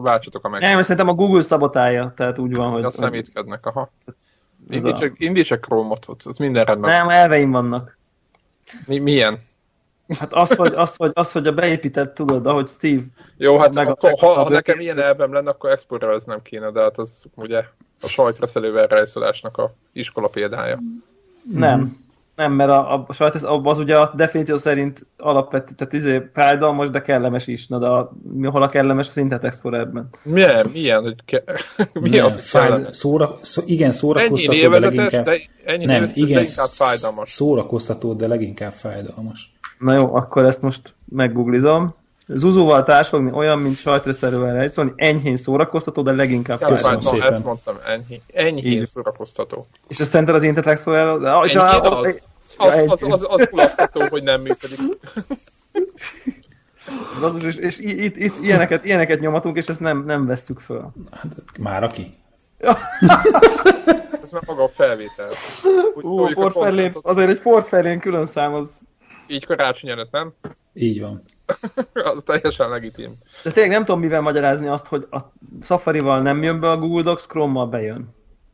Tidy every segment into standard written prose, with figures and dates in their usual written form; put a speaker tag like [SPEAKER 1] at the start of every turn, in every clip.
[SPEAKER 1] váltsatok a meg.
[SPEAKER 2] Nem, szerintem a Google szabotálja, tehát úgy van, hogy...
[SPEAKER 1] A szemétkednek, aha. Indíts a Chrome-ot, ott minden rendben.
[SPEAKER 2] Nem, elveim vannak.
[SPEAKER 1] Milyen?
[SPEAKER 2] Hát az, hogy a beépített, tudod, ahogy Steve...
[SPEAKER 1] Jó, hát akkor, ha nekem ilyen elvem lenne, akkor Explorer ez nem kéne, de hát az ugye a sajtreszelővel rejszolásnak a iskola példája. Nem, mert a sajt az ugye a definíció szerint alapvető, tehát fájdalmas, de kellemes is. Na, de hol a kellemes az Internet Explorerben? Milyen? Hogy mi az, hogy kellemes?
[SPEAKER 3] Igen, szórakoztató, de leginkább... Nem, igen, szórakoztató, de leginkább fájdalmas.
[SPEAKER 2] Na jó, akkor ezt most meggooglizom. Zuzóval társadalmi olyan, mint sajtreszelővel rejszolni, enyhén szórakoztató, de leginkább
[SPEAKER 1] fájdalmas. Ezt mondtam, enyhén szórakoztató.
[SPEAKER 2] És ezt szerinted az Internet Explorer...
[SPEAKER 1] Az ulatható, hogy nem működik.
[SPEAKER 2] És itt ilyeneket nyomatunk, és ezt nem vesszük föl.
[SPEAKER 3] Hát, már aki?
[SPEAKER 1] Ez már maga a felvétel.
[SPEAKER 2] Azért egy Ford Fairlane külön szám az...
[SPEAKER 1] Így karácsony előtt, nem?
[SPEAKER 3] Így van.
[SPEAKER 1] Az teljesen legitim.
[SPEAKER 2] De tényleg nem tudom mivel magyarázni azt, hogy a Safari-val nem jön be a Google Docs, Chrome-mal bejön.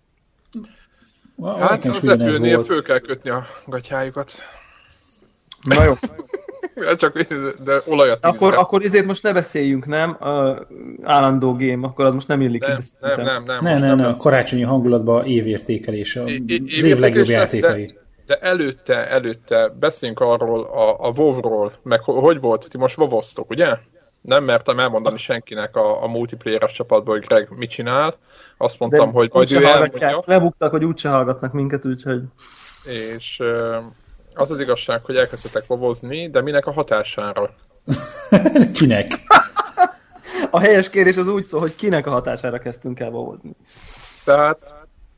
[SPEAKER 1] Hát az Apple-nél föl kell kötni a gatyájukat.
[SPEAKER 2] Na jó.
[SPEAKER 1] De olajat
[SPEAKER 2] akkor ezért most ne beszéljünk, nem? Állandó game, akkor az most nem illik.
[SPEAKER 3] Nem, a karácsonyi hangulatban évértékelés, az év legjobb játékai.
[SPEAKER 1] De előtte beszéljünk arról, a WoW-ról, meg hogy volt, ti most WoW-oztok, ugye? Nem mertem elmondani senkinek a multiplayeres csapatból, hogy Greg mit csinál. Azt mondtam, hogy majd ő elmondja.
[SPEAKER 2] Lebuktak, hogy úgyse hallgatnak minket, úgyhogy...
[SPEAKER 1] És az igazság, hogy elkezdtek WoW-ozni, de minek a hatására?
[SPEAKER 3] Kinek?
[SPEAKER 2] A helyes kérés az úgy szól, hogy kinek a hatására kezdtünk el WoW-ozni.
[SPEAKER 1] Tehát...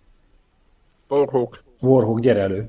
[SPEAKER 3] Warhawk, gyere elő.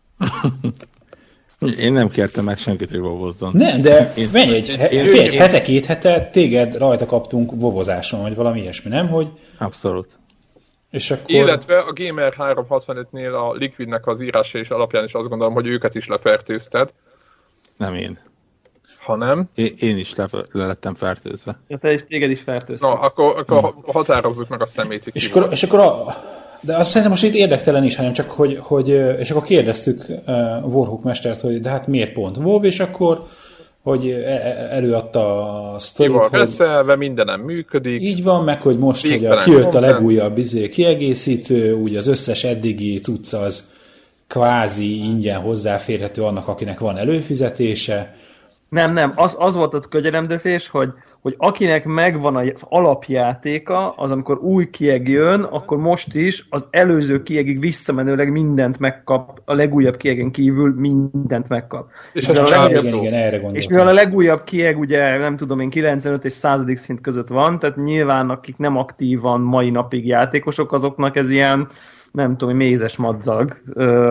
[SPEAKER 4] Én nem kértem meg senkit, hogy vovozzon.
[SPEAKER 3] Nem, de menj egy hete-két hete téged rajta kaptunk vovozáson, vagy valami ilyesmi, nem? Hogy...
[SPEAKER 4] Abszolút.
[SPEAKER 1] És akkor... Illetve a Gamer 365-nél a Liquidnek az írása és alapján is azt gondolom, hogy őket is lefertőzted.
[SPEAKER 4] Nem én.
[SPEAKER 1] Ha nem?
[SPEAKER 4] Én is le lettem fertőzve.
[SPEAKER 2] Ja, te is, téged is fertőztem.
[SPEAKER 1] Na, akkor határozzuk meg a szemét.
[SPEAKER 3] És akkor de azt szerintem most itt érdektelen is, hanem csak, hogy és akkor kérdeztük Warhawk mestert, hogy de hát miért pont WoW, és akkor, hogy előadta a sztorit,
[SPEAKER 1] hogy... Reszelve, mindenem működik.
[SPEAKER 3] Így van, meg hogy most, hogy kijött a legújabb kiegészítő, úgy az összes eddigi cucc az kvázi ingyen hozzáférhető annak, akinek van előfizetése.
[SPEAKER 2] Nem, az volt a kögyelemdöfés, hogy akinek megvan az alapjátéka, az amikor új kieg jön, akkor most is az előző kiegig visszamenőleg mindent megkap, a legújabb kiegen kívül mindent megkap.
[SPEAKER 3] És igen, erre gondoltam.
[SPEAKER 2] És mivel a legújabb kieg ugye, nem tudom én, 95 és 100. szint között van, tehát nyilván akik nem aktívan mai napig játékosok, azoknak ez ilyen, nem tudom, mézes madzag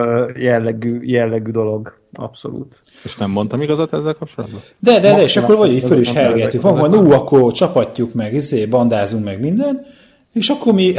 [SPEAKER 2] jellegű dolog. Abszolút.
[SPEAKER 4] És nem mondtam igazat ezzel kapcsolatban?
[SPEAKER 3] De és akkor vagy így föl is hergeltük. Van, hogy akkor csapatjuk meg, bandázunk meg minden, és akkor mi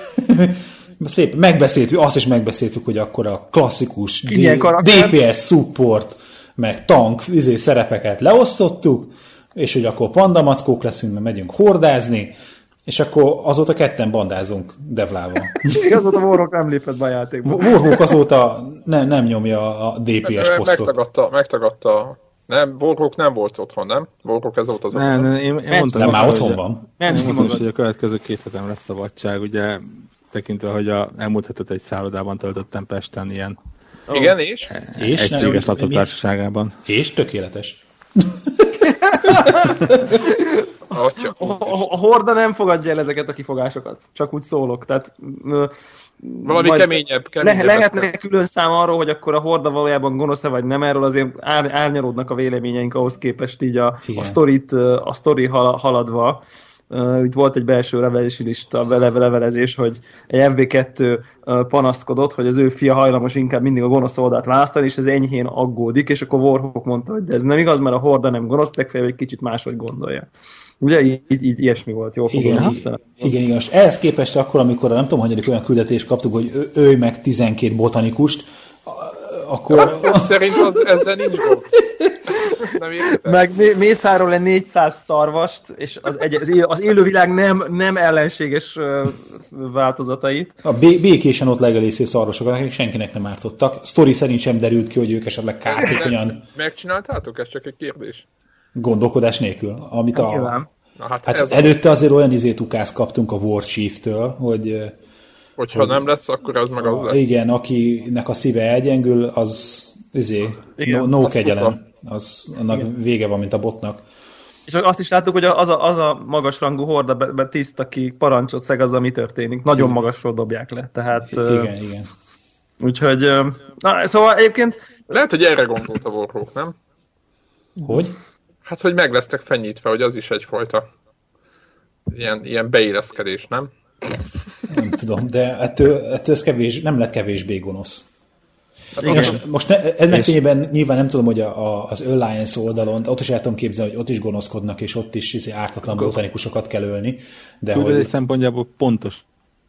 [SPEAKER 3] szép megbeszéltük, azt is megbeszéltük, hogy akkor a klasszikus DPS support, meg tank szerepeket leosztottuk, és hogy akkor pandamackók leszünk, mert megyünk hordázni, és akkor azóta ketten bandázunk Devlával.
[SPEAKER 2] Azóta Warhawk nem lépett be a játékba.
[SPEAKER 3] Warhawk azóta nem nyomja a DPS posztot.
[SPEAKER 1] Megtagadta. Nem, Warhawk nem volt otthon, nem? Warhawk ez volt az otthon.
[SPEAKER 4] Nem, én mondtam,
[SPEAKER 3] már otthon van.
[SPEAKER 4] Nem mondtam, hogy a következő 2 hetem lesz szabadság, ugye tekintve, hogy elmúlt hetet egy szállodában töltöttem Pesten ilyen.
[SPEAKER 1] Igen, és?
[SPEAKER 4] Egységes laptop-társaságában.
[SPEAKER 3] És tökéletes.
[SPEAKER 2] A Horda nem fogadja el ezeket a kifogásokat. Csak úgy szólok. Tehát,
[SPEAKER 1] valami keményebb.
[SPEAKER 2] Lehetne külön szám arról, hogy akkor a Horda valójában gonosz-e vagy nem, erről azért árnyalódnak a véleményeink ahhoz képest így a sztori haladva. Itt volt egy belső levelési lista, levelezés, hogy egy FB2 panaszkodott, hogy az ő fia hajlamos inkább mindig a gonosz oldalt választani, és ez enyhén aggódik, és akkor Warhawk mondta, hogy de ez nem igaz, mert a Horda nem gonosz, legfeljebb egy kicsit máshogy gondolja. Ugye így ilyesmi volt, jól fogom vissza.
[SPEAKER 3] Igen. Most ehhez képest akkor, amikor nem tudom, hogy olyan küldetést kaptuk, hogy ő meg 12 botanikust, akkor...
[SPEAKER 1] Szerint ezzel nincs gond.
[SPEAKER 2] Meg mészárol le 400 szarvast, és az élővilág nem ellenséges változatait.
[SPEAKER 3] A békésen ott legelésző szarvasokat, akik senkinek nem ártottak. Sztori szerint sem derült ki, hogy ők esetleg kártékonyan...
[SPEAKER 1] Megcsináltátok? Ez csak egy kérdés.
[SPEAKER 3] Gondolkodás nélkül. Amit
[SPEAKER 1] hát
[SPEAKER 3] előtte azért olyan ukázt kaptunk a War Chief-től, hogy
[SPEAKER 1] hogyha nem lesz, akkor az meg az lesz.
[SPEAKER 3] Igen, akinek a szíve elgyengül, az no kegyelem. Annak vége van, mint a botnak.
[SPEAKER 2] És azt is láttuk, hogy az a magasrangú horda tiszt, aki parancsot szeg, az, ami történik. Nagyon magasról dobják le. Tehát,
[SPEAKER 3] igen.
[SPEAKER 2] Úgyhogy, szóval egyébként...
[SPEAKER 1] Lehet, hogy erre gondolt a Warhawk, nem?
[SPEAKER 3] Hogy?
[SPEAKER 1] Hát, hogy meg lesztek fenyítve, hogy az is egyfajta ilyen beilleszkedés, nem?
[SPEAKER 3] Nem tudom, de ettől ez nem lett kevésbé gonosz. Hát most ennek fényében nyilván nem tudom, hogy az Alliance oldalon, ott is el tudom képzelni, hogy ott is gonoszkodnak, és ott is ártatlan botanikusokat kell ölni. De
[SPEAKER 4] hogy... szempontjából pontosan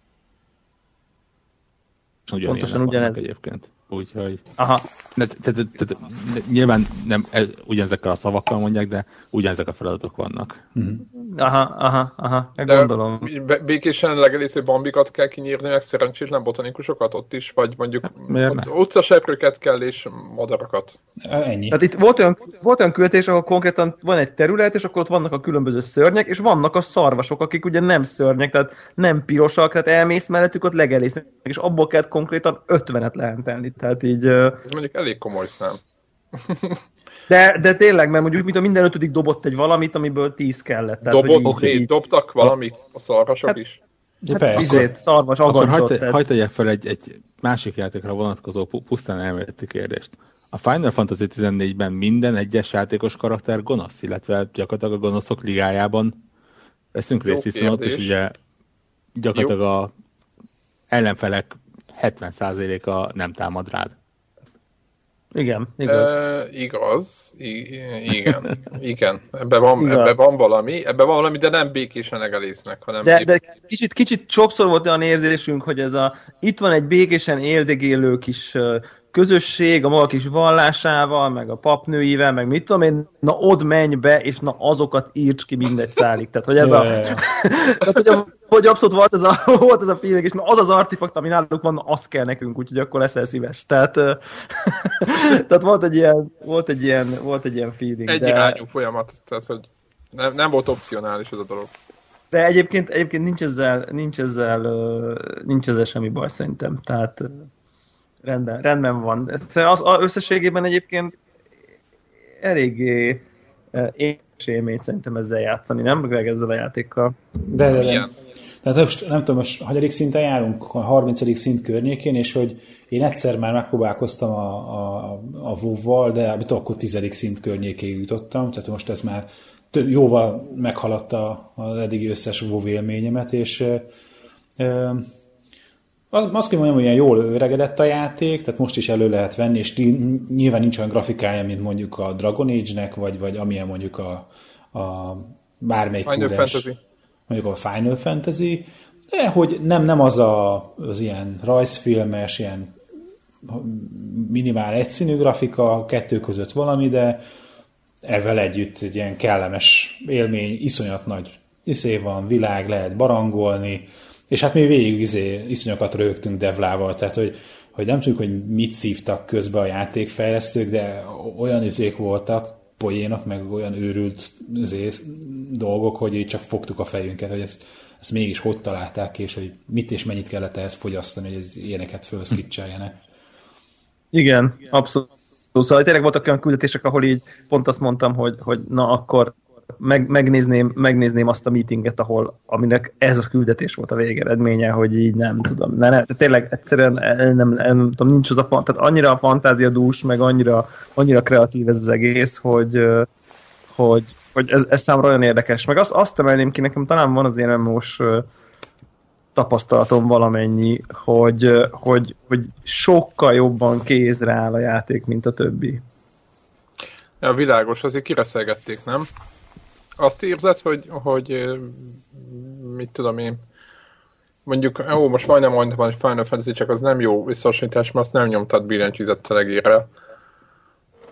[SPEAKER 2] ugyanez
[SPEAKER 4] egyébként. Úgyhogy...
[SPEAKER 2] Aha.
[SPEAKER 4] Nyilván nem ugyanezekkel a szavakkal mondják, de ugyanezek a feladatok vannak.
[SPEAKER 2] Aha. Gondolom.
[SPEAKER 1] Békésen legelésző bambikat kell kinyírni, meg szerencsétlen botanikusokat ott is, vagy mondjuk utcaseprőket kell, és madarakat.
[SPEAKER 3] Ennyi.
[SPEAKER 2] Tehát itt volt olyan küldetés, ahol konkrétan van egy terület, és akkor ott vannak a különböző szörnyek, és vannak a szarvasok, akik ugye nem szörnyek, tehát nem pirosak, tehát elmész mellettük, ott legelésznek, és abból kell konkrétan 50-et lehentelni. Tehát így...
[SPEAKER 1] Ez mondjuk elég komoly szám.
[SPEAKER 2] De tényleg, mert mondjuk mint a minden 5. dobott egy valamit, amiből 10 kellett. Tehát,
[SPEAKER 1] dobtak valamit a szarvasok is?
[SPEAKER 2] Szarvas, agancsot.
[SPEAKER 4] Akkor hagyd tegyek fel egy másik játékra vonatkozó pusztán elméleti kérdést. A Final Fantasy 14-ben minden egyes játékos karakter gonosz, illetve gyakorlatilag a gonoszok ligájában veszünk részt, hiszen ott is ugye gyakorlatilag a ellenfelek 70%-a nem támad rád.
[SPEAKER 2] Igen, igaz.
[SPEAKER 1] Igaz. Igen. Ebben van valami, de nem békésen legelésznek, hanem...
[SPEAKER 2] De kicsit sokszor volt olyan érzésünk, hogy itt van egy békésen éldegélő kis közösség, a maga kis vallásával, meg a papnőivel, meg mit tudom én, na odd menj be, és na azokat írts ki mindegy szálig. Tehát, hogy tehát, hogy abszolút volt ez a feeling, és na az az artifakt, ami náluk van, na az kell nekünk, úgyhogy akkor leszel szíves. Tehát volt egy ilyen feeling.
[SPEAKER 1] Egyirányú folyamat, tehát hogy nem volt opcionális ez a dolog.
[SPEAKER 2] De egyébként nincs ezzel semmi baj szerintem. Tehát rendben van. Az összességében egyébként eléggé élmény szerintem ezzel játszani, nem? Greg, ezzel a játékkal.
[SPEAKER 3] De. Tehát most nem tudom, most 4. szinten járunk, a 30. szint környékén, és hogy én egyszer már megpróbálkoztam a WoW-val, de akkor 10. szint környékéig jutottam, tehát most ez már jóval meghaladta az eddigi összes WoW élményemet, és azt kell mondjam, hogy ilyen jól öregedett a játék, tehát most is elő lehet venni, és nyilván nincs olyan grafikája, mint mondjuk a Dragon Age-nek, vagy amilyen mondjuk a bármelyik mondjuk a Final Fantasy, de hogy nem az ilyen rajzfilmes, ilyen minimál egyszínű grafika, kettő között valami, de ezzel együtt egy ilyen kellemes élmény, iszonyat nagy van, világ, lehet barangolni, és hát mi végig iszonyokat rögtünk Devlával, tehát hogy nem tudjuk, hogy mit szívtak közbe a játékfejlesztők, de olyan voltak, poénok, meg olyan őrült dolgok, hogy csak fogtuk a fejünket, hogy ezt mégis hogy találták, és hogy mit és mennyit kellett ehhez fogyasztani, hogy ez ilyeneket fölszkicseljenek.
[SPEAKER 2] Igen, abszolút. Szóval tényleg voltak olyan küldetések, ahol így pont azt mondtam, hogy na akkor megnézném azt a meetinget, aminek ez a küldetés volt a végeredménye, hogy így nem tudom. Tényleg egyszerűen nem tudom, nincs az tehát annyira a fantáziadús, meg annyira kreatív ez az egész, hogy ez számomra olyan érdekes. Meg azt emelném ki, nekem talán van az én MMO-s tapasztalatom valamennyi, hogy sokkal jobban kézre áll a játék, mint a többi.
[SPEAKER 1] Ja, világos, azért kireszelgették, nem? Azt érzed, hogy mit tudom én, mondjuk, most majdnem van Final Fantasy, csak az nem jó visszahasonlítás, mert azt nem nyomtad billentyűzettel egérrel.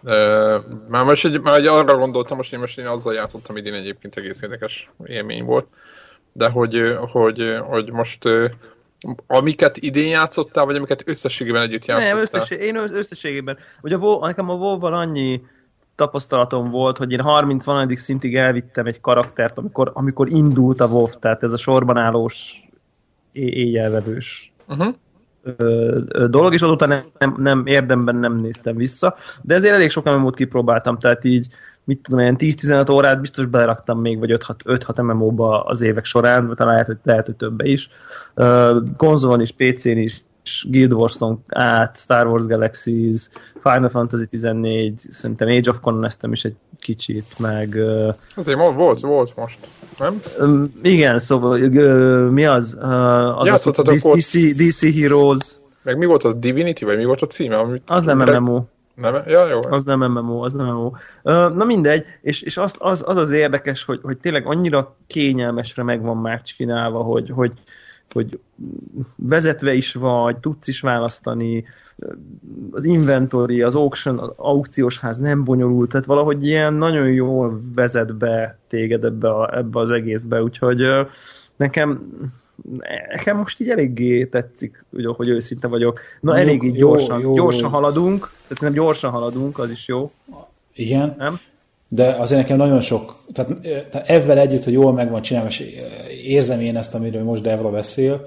[SPEAKER 1] Már arra gondoltam, most én azzal játszottam idén, egyébként egész érdekes élmény volt, de hogy most amiket idén játszottál, vagy amiket összességében együtt játszottál?
[SPEAKER 2] Nem, én összességében. Ugye nekem a WoW-val annyi tapasztalatom volt, hogy én 30-valadik szintig elvittem egy karaktert, amikor indult a WoW, tehát ez a sorban állós éjjelvevős dolog, és azóta nem érdemben nem néztem vissza, de ezért elég sok MMO-t kipróbáltam, tehát így mit tudom, ilyen 10-15 órát biztos beleraktam még, vagy 5-6 MMO-ba az évek során, talán lehet, hogy többe is. Konzolon is, PC-n is, Guild Wars-on át, Star Wars Galaxies, Final Fantasy 14, szerintem Age of Conan is egy kicsit, meg...
[SPEAKER 1] Azért volt most, nem?
[SPEAKER 2] Igen, szóval mi az? DC Heroes.
[SPEAKER 1] Meg mi volt az Divinity, vagy mi volt a címe?
[SPEAKER 2] Az nem MMO.
[SPEAKER 1] Nem? Ja, jó.
[SPEAKER 2] Az nem MMO. Na mindegy, és az érdekes, hogy tényleg annyira kényelmesre meg van már csinálva, hogy vezetve is vagy, tudsz is választani, az inventory, az auction, az aukciós ház nem bonyolult, tehát valahogy ilyen nagyon jól vezet be téged ebbe az egészbe, úgyhogy nekem most így eléggé tetszik, hogy őszinte vagyok. Na, eléggé gyorsan haladunk, tehát nem gyorsan haladunk, az is jó.
[SPEAKER 3] Igen,
[SPEAKER 2] nem?
[SPEAKER 3] De azért nekem nagyon sok, tehát ezzel együtt, hogy jól meg van csinálva, és érzem én ezt, amiről most Devla beszél,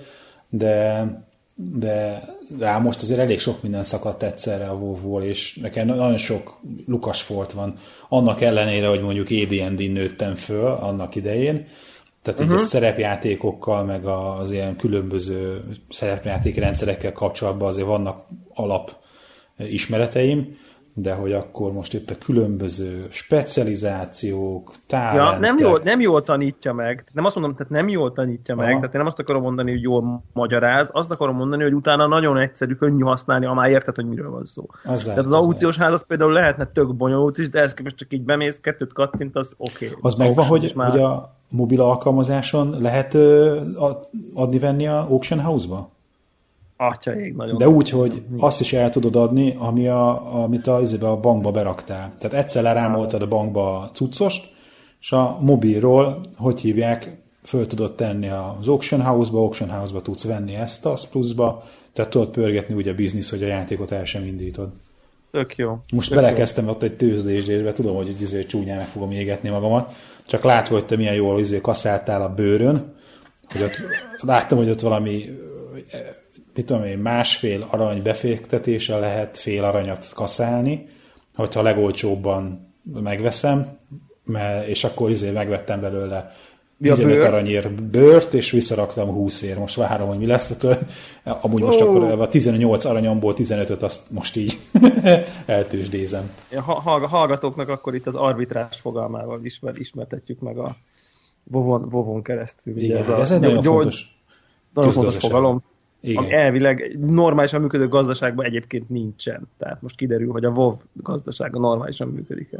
[SPEAKER 3] de rá most azért elég sok minden szakadt egyszerre a WoW-ból, és nekem nagyon sok lukasfolt van. Annak ellenére, hogy mondjuk AD&D-n nőttem föl annak idején, tehát így a szerepjátékokkal, meg az ilyen különböző szerepjátékrendszerekkel kapcsolatban azért vannak alap ismereteim, de hogy akkor most itt a különböző specializációk, talentek...
[SPEAKER 2] Ja, nem jól tanítja meg. Nem azt mondom, tehát nem jól tanítja meg, tehát én nem azt akarom mondani, hogy jól magyaráz, azt akarom mondani, hogy utána nagyon egyszerű, könnyű használni, ha már érted, hogy miről van szó. Tehát az aukciós ház az például lehetne tök bonyolult is, de ezt képest csak így bemész, 2 kattint, az oké.
[SPEAKER 3] Az megvan, hogy a mobil alkalmazáson lehet adni-venni a Auction House-ba?
[SPEAKER 2] Atyaég, nagyon.
[SPEAKER 3] De úgy, hogy azt is el tudod adni, amit a bankba beraktál. Tehát egyszer lerámoltad a bankba a cuccost, és a mobilról, hogy hívják, föl tudod tenni az Auction House-ba tudsz venni ezt az pluszba, tehát tudod pörgetni úgy a biznisz, hogy a játékot el sem indítod.
[SPEAKER 2] Tök jó.
[SPEAKER 3] Most belekezdtem ott egy tőzsdésdésbe, tudom, hogy csúnyán meg fogom égetni magamat, csak látva, hogy te milyen jól kaszáltál a bőrön, hogy ott, láttam, hogy ott valami mit tudom én, 1,5 arany befektetéssel lehet fél aranyat kaszálni, hogyha legolcsóbban megveszem, és akkor megvettem belőle 15 aranyért bőrt, és visszaraktam 20-ért. Most várom, hogy mi lesz. Amúgy most akkor a 18 aranyamból 15-öt azt most így eltőzsdézem.
[SPEAKER 2] Hallgatóknak akkor itt az arbitrás fogalmával ismertetjük meg a Vovon keresztül.
[SPEAKER 3] Igen, ez egy nagyon fontos
[SPEAKER 2] fogalom. Ami elvileg normálisan működő gazdaságban egyébként nincsen. Tehát most kiderül, hogy a WoW gazdasága normálisan működik-e.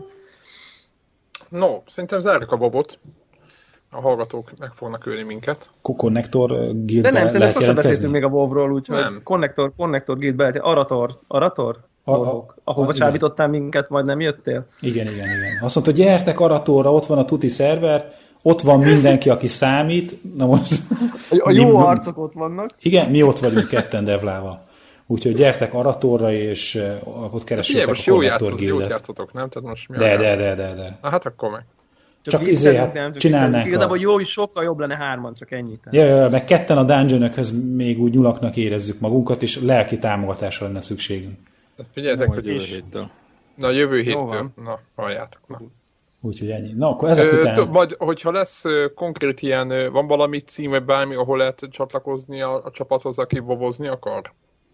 [SPEAKER 1] No, szerintem zárjuk a WoW-ot. A hallgatók meg fognak ölni minket.
[SPEAKER 3] Connector Guild.
[SPEAKER 2] De nem, szerintem sosem beszéltünk még a WoW-ról, úgyhogy Connector Guild be, Arator? Ahova csábítottál minket, majd nem jöttél?
[SPEAKER 3] Igen. Azt mondta, gyertek Aratorra, ott van a tuti szerver, ott van mindenki, aki számít. Na most...
[SPEAKER 2] A jó arcok ott vannak.
[SPEAKER 3] Igen, mi ott vagyunk ketten Devlával. Úgyhogy gyertek Aratorra, és ott keressétek a Connector Guildet.
[SPEAKER 1] Jót játszotok, nem? Tehát most mi
[SPEAKER 3] de.
[SPEAKER 1] Na hát akkor meg.
[SPEAKER 3] Csak csinálnánk.
[SPEAKER 2] Igazából jó, sokkal jobb lenne 3-an, csak ennyit.
[SPEAKER 3] Ja, meg ketten a dungeonökhöz még úgy nyulaknak érezzük magunkat, és lelki támogatásra lenne szükségünk.
[SPEAKER 1] Figyeljetek, hogy jövő héttől. Na, jövő héttől. Na, halljátok. Na.
[SPEAKER 3] Úgyhogy ennyi. Na, akkor ezek után...
[SPEAKER 1] Majd, hogyha lesz konkrét ilyen, van valami cím, vagy bármi, ahol lehet csatlakozni a csapathoz, aki vovozni akar?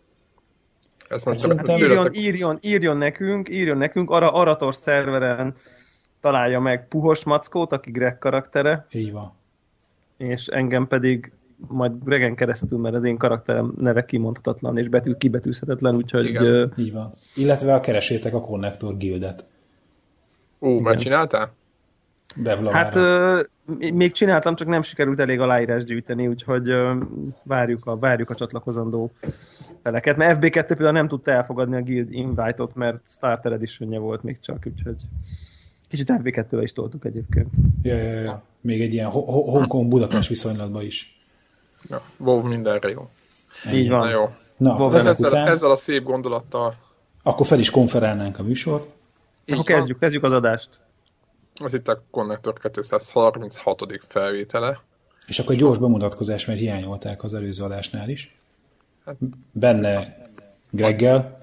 [SPEAKER 2] Ezt most írjon nekünk, Arator szerveren találja meg Puhos Mackót, aki Greg karaktere.
[SPEAKER 3] Így van.
[SPEAKER 2] És engem pedig majd Gregen keresztül, mert az én karakterem neve kimondhatatlan, és kibetűzhetetlen, úgyhogy...
[SPEAKER 3] Így van. Illetve keresétek a Connector Guildet.
[SPEAKER 1] Megcsináltál?
[SPEAKER 2] Hát még csináltam, csak nem sikerült elég aláírás gyűjteni, úgyhogy várjuk a csatlakozandó feleket. Mert FB2 például nem tudta elfogadni a Guild Invite-ot, mert Starter Edition-je volt még csak, úgyhogy kicsit FB2-vel is toltuk egyébként.
[SPEAKER 3] Ja. Még egy ilyen Hongkong-Budapest viszonylatban is.
[SPEAKER 1] Ja, WoW mindenre jó.
[SPEAKER 2] Így van.
[SPEAKER 1] Na jó.
[SPEAKER 3] Na,
[SPEAKER 1] ezzel a szép gondolattal.
[SPEAKER 3] Akkor fel is konferálnánk a műsort.
[SPEAKER 2] Akkor kezdjük az adást.
[SPEAKER 1] Ez itt a Connector 236. felvétele.
[SPEAKER 3] És akkor egy gyors bemutatkozás, mert hiányolták az előző adásnál is. Benne Greggel.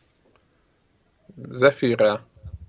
[SPEAKER 1] Zephyr-rel.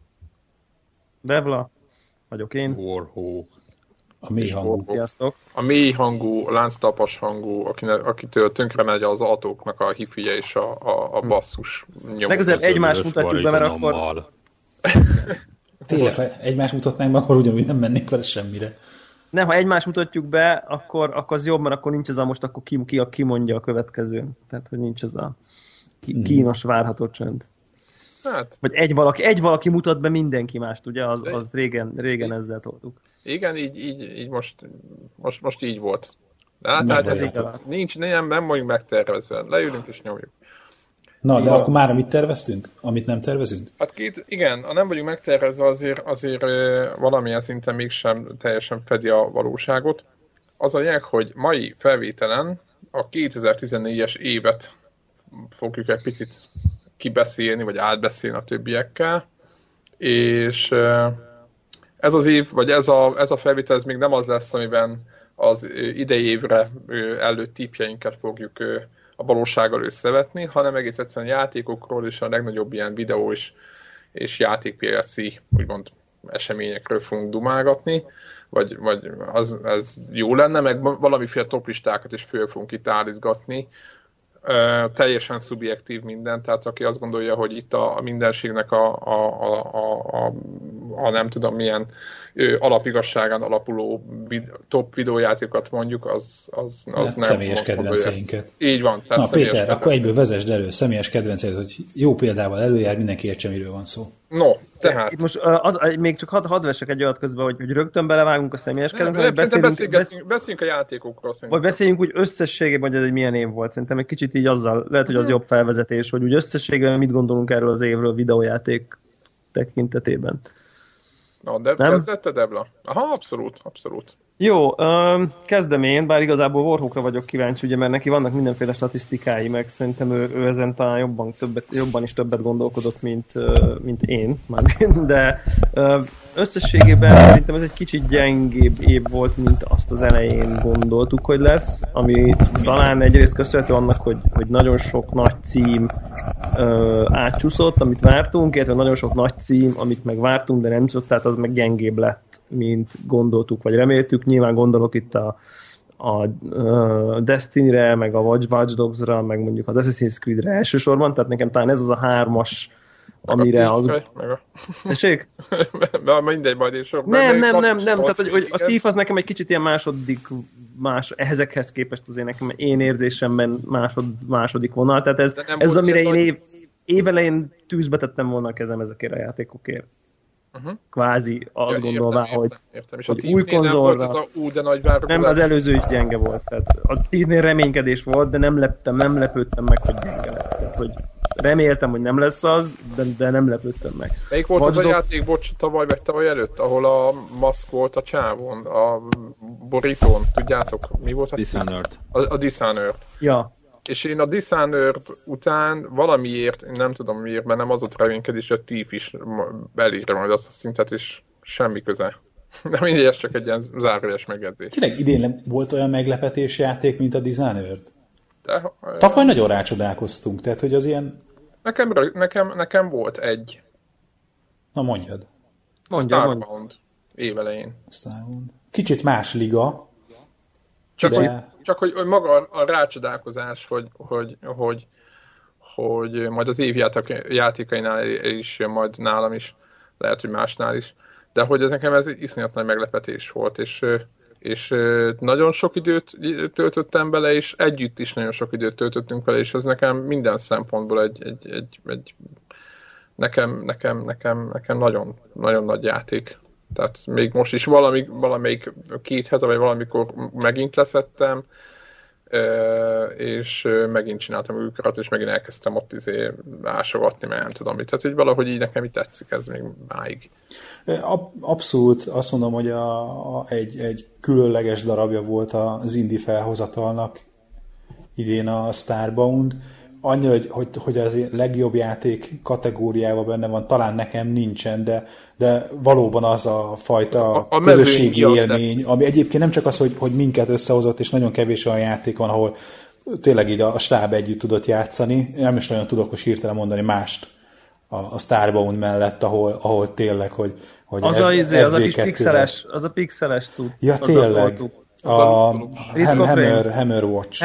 [SPEAKER 2] Devla. Vagyok én.
[SPEAKER 4] Warhawk.
[SPEAKER 3] A mély hangú.
[SPEAKER 2] Sziasztok.
[SPEAKER 1] A mély hangú, lánctapas hangú, akitől tönkre megy az autóknak a hifije és a basszus nyomó.
[SPEAKER 2] Legközelebb egymást mutatjuk be, mert akkor...
[SPEAKER 3] Tényleg, ha egymást mutatnánk be, akkor ugyanúgy nem mennénk vele semmire.
[SPEAKER 2] Nem, ha egymást mutatjuk be, akkor az jobb, mert akkor nincs ez a most, akkor ki mondja a következőn. Tehát, hogy nincs ez a kínos várható csönd. Hát. Vagy egy valaki mutat be mindenki mást, ugye? Az régen ezzel toltuk.
[SPEAKER 1] Igen, így most így volt. De hát ez nem vagyunk megtervezve. Leülünk és nyomjuk.
[SPEAKER 3] Na, de akkor már mit terveztünk? Amit nem tervezünk?
[SPEAKER 1] Hát igen, ha nem vagyunk megtervezve, azért valamilyen szinten mégsem teljesen fedi a valóságot. Az a lényeg, hogy mai felvételen a 2014-es évet fogjuk egy picit kibeszélni, vagy átbeszélni a többiekkel, és ez az év, vagy ez a felvétel, ez még nem az lesz, amiben az idei évre előtt tippjeinket fogjuk a valósággal összevetni, hanem egész egyszerűen játékokról és a legnagyobb ilyen videó és játékpiaci, úgymond eseményekről fogunk dumálgatni, vagy ez jó lenne, meg valamiféle toplistákat is föl fogunk itt állítgatni. Teljesen szubjektív minden, tehát aki azt gondolja, hogy itt a mindenségnek a nem tudom milyen alapigazságán alapuló top videójátékokat mondjuk, az nem...
[SPEAKER 3] Személyes kedvenceinket.
[SPEAKER 1] Így van.
[SPEAKER 3] Na Péter, akkor egyből vezesd elő személyes kedvenceinket, hogy jó példával előjár, mindenki értse, miről van szó.
[SPEAKER 1] No, tehát...
[SPEAKER 2] Itt most még csak hadd vessek egy olyat közben, hogy rögtön belevágunk a személyes kedvenceket.
[SPEAKER 1] Beszéljünk a játékokról.
[SPEAKER 2] Vagy beszéljünk úgy összességében, hogy ez egy milyen év volt. Szerintem egy kicsit így azzal, lehet, hogy az jobb felvezetés, hogy úgy összességében mit gondolunk erről az évről videójáték tekintetében.
[SPEAKER 1] Na, de kezdette, Debla? Aha, abszolút.
[SPEAKER 2] Jó, kezdem én, bár igazából Warhawkra vagyok kíváncsi, ugye, mert neki vannak mindenféle statisztikái, meg szerintem ő ezen talán jobban is többet gondolkodott, mint én, de összességében szerintem ez egy kicsit gyengébb év volt, mint azt az elején gondoltuk, hogy lesz, ami talán egyrészt köszönhető annak, hogy nagyon sok nagy cím átcsúszott, amit vártunk, illetve nagyon sok nagy cím, amit meg vártunk, de nem csúszott, tehát az meg gyengébb lett, mint gondoltuk, vagy reméltük. Nyilván gondolok itt a Destiny-re, meg a Watch Dogs-ra, meg mondjuk az Assassin's Creed-re elsősorban, tehát nekem talán ez az a 3-as, amire az... Tessék?
[SPEAKER 1] Mindegy, majd és
[SPEAKER 2] Nem, tehát hogy a Thief az nekem egy kicsit ilyen ezekhez képest azért nekem én érzésemben második vonal, tehát ez amire én évelején tűzbe tettem volna a kezem ezekért a játékokért. Kvázi azt gondolva, hogy új konzolra... Nem, az előző is gyenge volt. Tehát a 10-nél reménykedés volt, de nem lepődtem meg, hogy gyenge lett. Tehát, hogy reméltem, hogy nem lesz az, de nem lepődtem meg.
[SPEAKER 1] Melyik volt az a játék, tavaly vagy tavaly előtt, ahol a maszk volt a csávon, a borítón, tudjátok? Mi volt a
[SPEAKER 4] Dishonored.
[SPEAKER 1] A Dishonored.
[SPEAKER 2] Ja.
[SPEAKER 1] És én a Dishonored után valamiért, nem tudom miért, mert nem az ott reménykedés, hogy a Thief is elírja majd azt a szintet, és semmi köze. De mindegy, ez csak egy ilyen zárójeles megjegyzés.
[SPEAKER 3] Tényleg idén volt olyan meglepetés játék, mint a Dishonored? Tavaly nagyon rácsodálkoztunk, tehát hogy az ilyen...
[SPEAKER 1] Nekem volt egy.
[SPEAKER 3] Na mondjad.
[SPEAKER 1] Starbound évelején.
[SPEAKER 3] Starbound. Kicsit más liga.
[SPEAKER 1] Csak hogy maga a rácsodálkozás, hogy majd az év játékainál is jön, majd nálam is, lehet, hogy másnál is, de hogy nekem ez iszonyat nagy meglepetés volt, és nagyon sok időt töltöttem bele, és együtt is nagyon sok időt töltöttünk vele, és ez nekem minden szempontból nekem nagyon, nagyon nagy játék. Tehát még most is valamelyik 2 hete, vagy valamikor megint leszettem, és megint csináltam újkarat, és megint elkezdtem ott ásogatni, mert nem tudom mit. Tehát, hogy valahogy így nekem így tetszik ez még máig.
[SPEAKER 3] Abszolút azt mondom, hogy egy különleges darabja volt az indie felhozatalnak idén a Starbound. Annyira, hogy az legjobb játék kategóriában benne van, talán nekem nincsen, de valóban az a fajta közösségi élmény, ami egyébként nem csak az, hogy minket összehozott, és nagyon kevés olyan játék van, ahol tényleg így a stáb együtt tudott játszani. Nem is nagyon tudok most hirtelen mondani mást a Starbound mellett, ahol tényleg, hogy
[SPEAKER 2] az a kis pixeles cucc.
[SPEAKER 3] Ja, tényleg. Hammerwatch,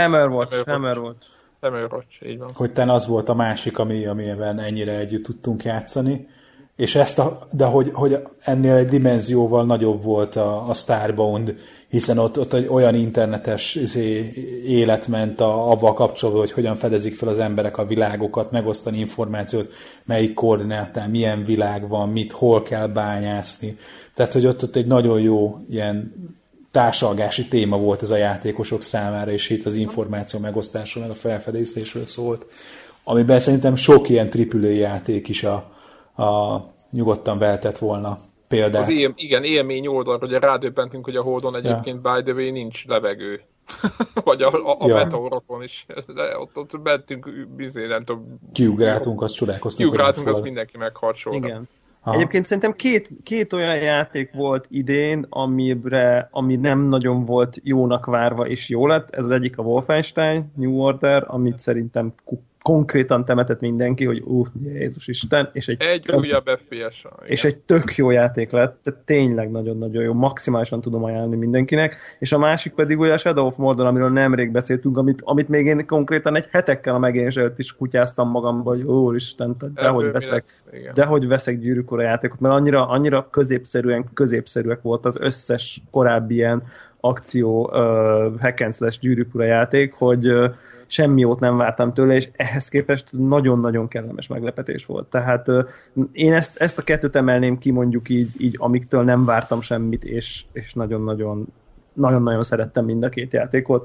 [SPEAKER 1] így van.
[SPEAKER 3] Hogy ten az volt a másik, amiben ennyire együtt tudtunk játszani. És de hogy ennél egy dimenzióval nagyobb volt a Starbound, hiszen ott egy olyan internetes élet ment avval kapcsolatban, hogy hogyan fedezik fel az emberek a világokat, megosztani információt, melyik koordinátán, milyen világ van, hol kell bányászni. Tehát, hogy ott egy nagyon jó ilyen társalgási téma volt ez a játékosok számára, és itt az információ megosztásról, meg a felfedezésről szólt, amiben szerintem sok ilyen AAA játék is a nyugodtan vehetett volna példát.
[SPEAKER 1] Igen, élmény oldalra, ugye rádöbbentünk, hogy a Holdon egyébként by the way nincs levegő. Vagy a meteorokon is. De ott mentünk, nem tudom.
[SPEAKER 3] Kiugráltunk, azt csodálkoztunk.
[SPEAKER 1] Kiugráltunk, azt mindenki megharcsolta.
[SPEAKER 2] Igen. Aha. Egyébként szerintem két olyan játék volt idén, ami nem nagyon volt jónak várva, és jó lett. Ez az egyik a Wolfenstein New Order, amit szerintem konkrétan temetett mindenki, hogy Jézus Isten, és egy
[SPEAKER 1] újabb FPS.
[SPEAKER 2] És egy tök jó játék lett, tehát tényleg nagyon-nagyon jó, maximálisan tudom ajánlani mindenkinek, és a másik pedig ugye a Shadow of Mordor, amiről nemrég beszéltünk, amit még én konkrétan egy hetekkel a megjelenés előtt is kutyáztam magamba, hogy Úristen, dehogy veszek Gyűrűk Ura játékot, mert annyira középszerűek volt az összes korábbi ilyen akció hack and slash Gyűrűk Ura játék, hogy semmi jót nem vártam tőle, és ehhez képest nagyon-nagyon kellemes meglepetés volt. Tehát én ezt a kettőt emelném ki mondjuk így amiktől nem vártam semmit, és nagyon-nagyon szerettem mind a két játékot.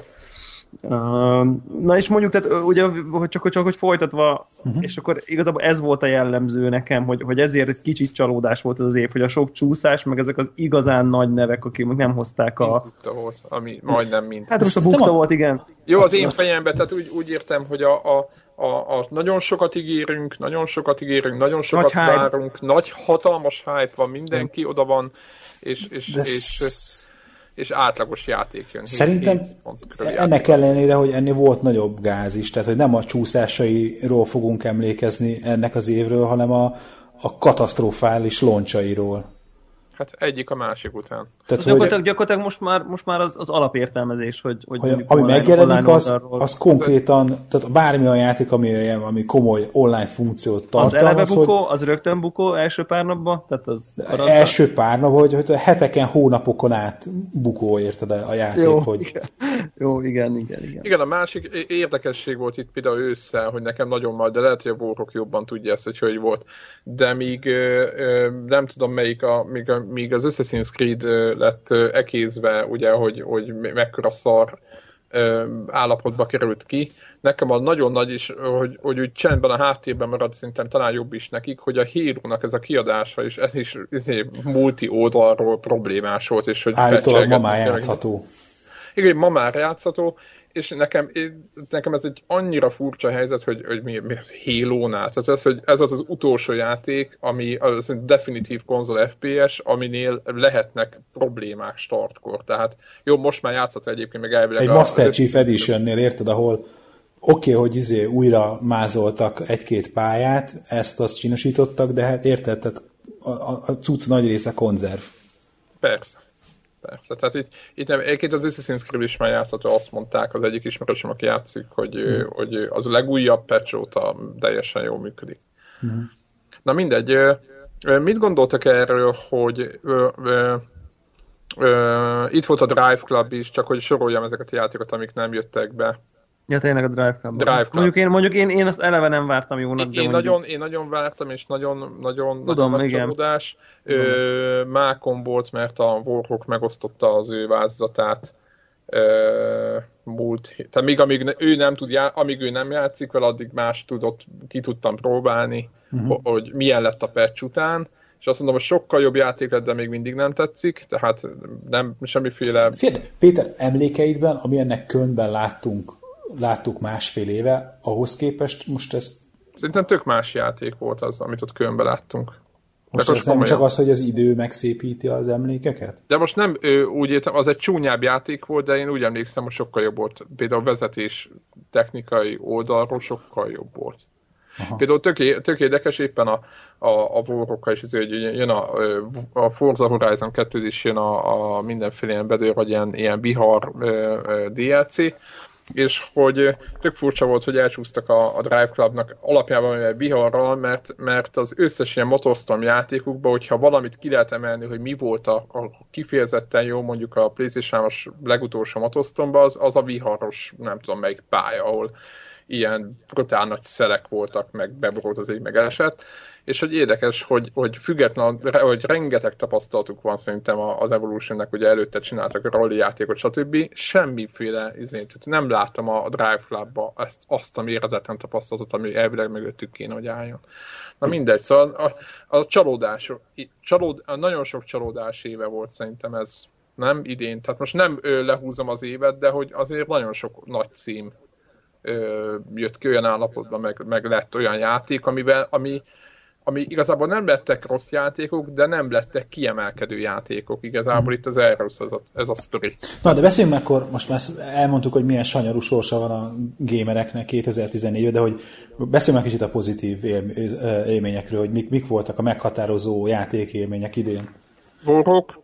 [SPEAKER 2] Na és mondjuk, tehát ugye, csak hogy folytatva, és akkor igazából ez volt a jellemző nekem, hogy ezért egy kicsit csalódás volt ez az év, hogy a sok csúszás, meg ezek az igazán nagy nevek, akik nem hozták
[SPEAKER 1] Bukta volt, ami majdnem mind.
[SPEAKER 2] Hát most a Bukta volt, igen.
[SPEAKER 1] Jó, az én fejemben, tehát úgy értem, hogy nagyon sokat ígérünk, nagyon sokat várunk, nagy hatalmas hype van, mindenki oda van, és átlagos játék jön.
[SPEAKER 3] Szerintem ennek ellenére, hogy ennél volt nagyobb gáz is, tehát hogy nem a csúszásairól fogunk emlékezni ennek az évről, hanem a katasztrofális loncsairól.
[SPEAKER 1] Hát egyik a másik után.
[SPEAKER 2] Tehát, gyakorlatilag most már az alapértelmezés, hogy
[SPEAKER 3] ami megjelenik, az konkrétan, tehát bármi a játék, ami komoly online funkciót tartalmaz.
[SPEAKER 2] Az eleve bukó, az rögtön bukó első pár napban? Tehát az
[SPEAKER 3] első pár nap, hogy heteken, hónapokon át bukó, érted a játék.
[SPEAKER 2] Jó,
[SPEAKER 3] hogy...
[SPEAKER 2] igen.
[SPEAKER 1] Igen, a másik érdekesség volt itt például ősszel, hogy nekem nagyon majd, de lehet, hogy a Borok jobban tudja ezt, hogy volt. De míg nem tudom melyik míg az Assassin's Creed lett ekézve, ugye, hogy mekkora szar állapotba került ki. Nekem a nagyon nagy is, hogy úgy csendben a háttérben marad, szerintem talán jobb is nekik, hogy a Halo-nak ez a kiadása, és ez is multi oldalról problémás volt, és hogy
[SPEAKER 3] állítólag ma már játszható.
[SPEAKER 1] Igen, ma már játszható, és nekem ez egy annyira furcsa helyzet, hogy mi az Halo-nál. Tehát ez volt az utolsó játék, ami az definitív konzol FPS, aminél lehetnek problémák startkor. Tehát jó, most már játszható egyébként, meg elvileg...
[SPEAKER 3] Egy Master Chief Edition-nél érted, ahol hogy újra mázoltak egy-két pályát, azt csinosítottak, de hát érted, tehát a cucc nagy része konzerv.
[SPEAKER 1] Persze. Tehát itt nem, egyébként az Assassin's Creed is már játszható, azt mondták az egyik ismerősöm, aki játszik, hogy az a legújabb patch óta teljesen jól működik. Na mindegy, mit gondoltak erről, hogy itt volt a Drive Club is, csak hogy soroljam ezeket a játékokat, amik nem jöttek be.
[SPEAKER 2] Ja, tényleg a Drive Club. Mondjuk én azt eleve nem vártam jónak,
[SPEAKER 1] én nagyon vártam, és nagyon
[SPEAKER 2] nagy
[SPEAKER 1] csalódás. Mákon volt, mert a Warhawk megosztotta az ő változatát tehát amíg ő nem játszik vele, addig más ki tudtam próbálni, hogy milyen lett a patch után, és azt mondom, hogy sokkal jobb játék lett, de még mindig nem tetszik, tehát nem semmiféle...
[SPEAKER 3] Péter, emlékeidben, ami ennek Kölnben láttuk másfél éve, ahhoz képest most ez...
[SPEAKER 1] Szerintem tök más játék volt az, amit ott Kölnben láttunk.
[SPEAKER 3] Most ez nem csak az, hogy az idő megszépíti az emlékeket?
[SPEAKER 1] De most nem, úgy értem, az egy csúnyább játék volt, de én úgy emlékszem, hogy sokkal jobb volt. Például a vezetés technikai oldalról sokkal jobb volt. Aha. Például tök érdekes, éppen a Warhawk is, hogy jön a Forza Horizon 2 is jön a mindenféle ilyen bedőr, vagy ilyen vihar DLC, és hogy tök furcsa volt, hogy elcsúsztak a Drive Clubnak alapjában viharral, mert az összes ilyen Motorstorm játékukban, hogyha valamit ki lehet emelni, hogy mi volt a kifejezetten jó, mondjuk a PlayStation-os legutolsó Motorstormban, az a viharos, nem tudom melyik pálya, ahol ilyen brutál nagy szelek voltak, meg bebrolt az ég, meg esett, és hogy érdekes, hogy független, hogy rengeteg tapasztalatuk van szerintem az Evolutionnek, ugye előtte csináltak a rally játékot, stb. Semmiféle nem láttam a Drive Clubba azt a méretetlen tapasztalatot, ami elvileg mögöttük kéne, hogy álljon. Na mindegy, szóval a csalódás, nagyon sok csalódás éve volt szerintem ez, nem idén, tehát most nem lehúzom az évet, de hogy azért nagyon sok nagy cím jött ki olyan állapotban, meg lett olyan játék, ami igazából nem lettek rossz játékok, de nem lettek kiemelkedő játékok. Igazából itt az erről ez a sztori.
[SPEAKER 3] Na, de beszéljünk akkor, most már elmondtuk, hogy milyen sanyarú sorsa van a gamereknek 2014-ben, de hogy beszéljünk már kicsit a pozitív élményekről, hogy mik voltak a meghatározó játékélmények idén.
[SPEAKER 1] Warhawk?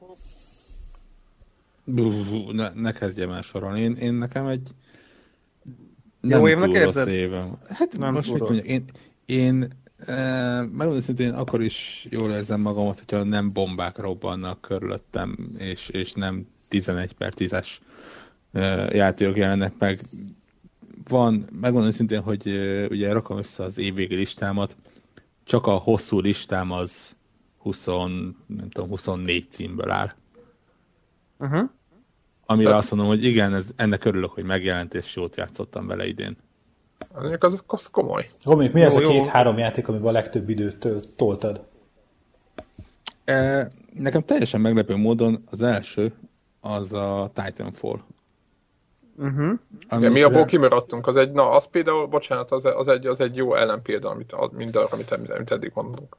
[SPEAKER 4] Ne kezdjem el sorolni. Én nekem egy
[SPEAKER 2] jó évnek érzed?
[SPEAKER 4] Évem. Hát nem most mit mondjak, én megmondom szintén akkor is jól érzem magamat, hogyha nem bombák robbannak körülöttem, és nem 11/10-es játékok jelennek meg. Megmondom szintén, hogy ugye rakom össze az évvégi listámat, csak a hosszú listám az 24 címből áll. Amire azt mondom, hogy igen, ennek örülök, hogy megjelent, és jót játszottam vele idén.
[SPEAKER 1] Az komoly.
[SPEAKER 3] Romik, mi az a 2-3 játék, amiben a legtöbb időt toltad?
[SPEAKER 4] Nekem teljesen meglepő módon az első az a Titanfall.
[SPEAKER 1] Mi abból kimaradtunk. Az például, bocsánat, az egy jó ellenpélda, amit eddig mondunk.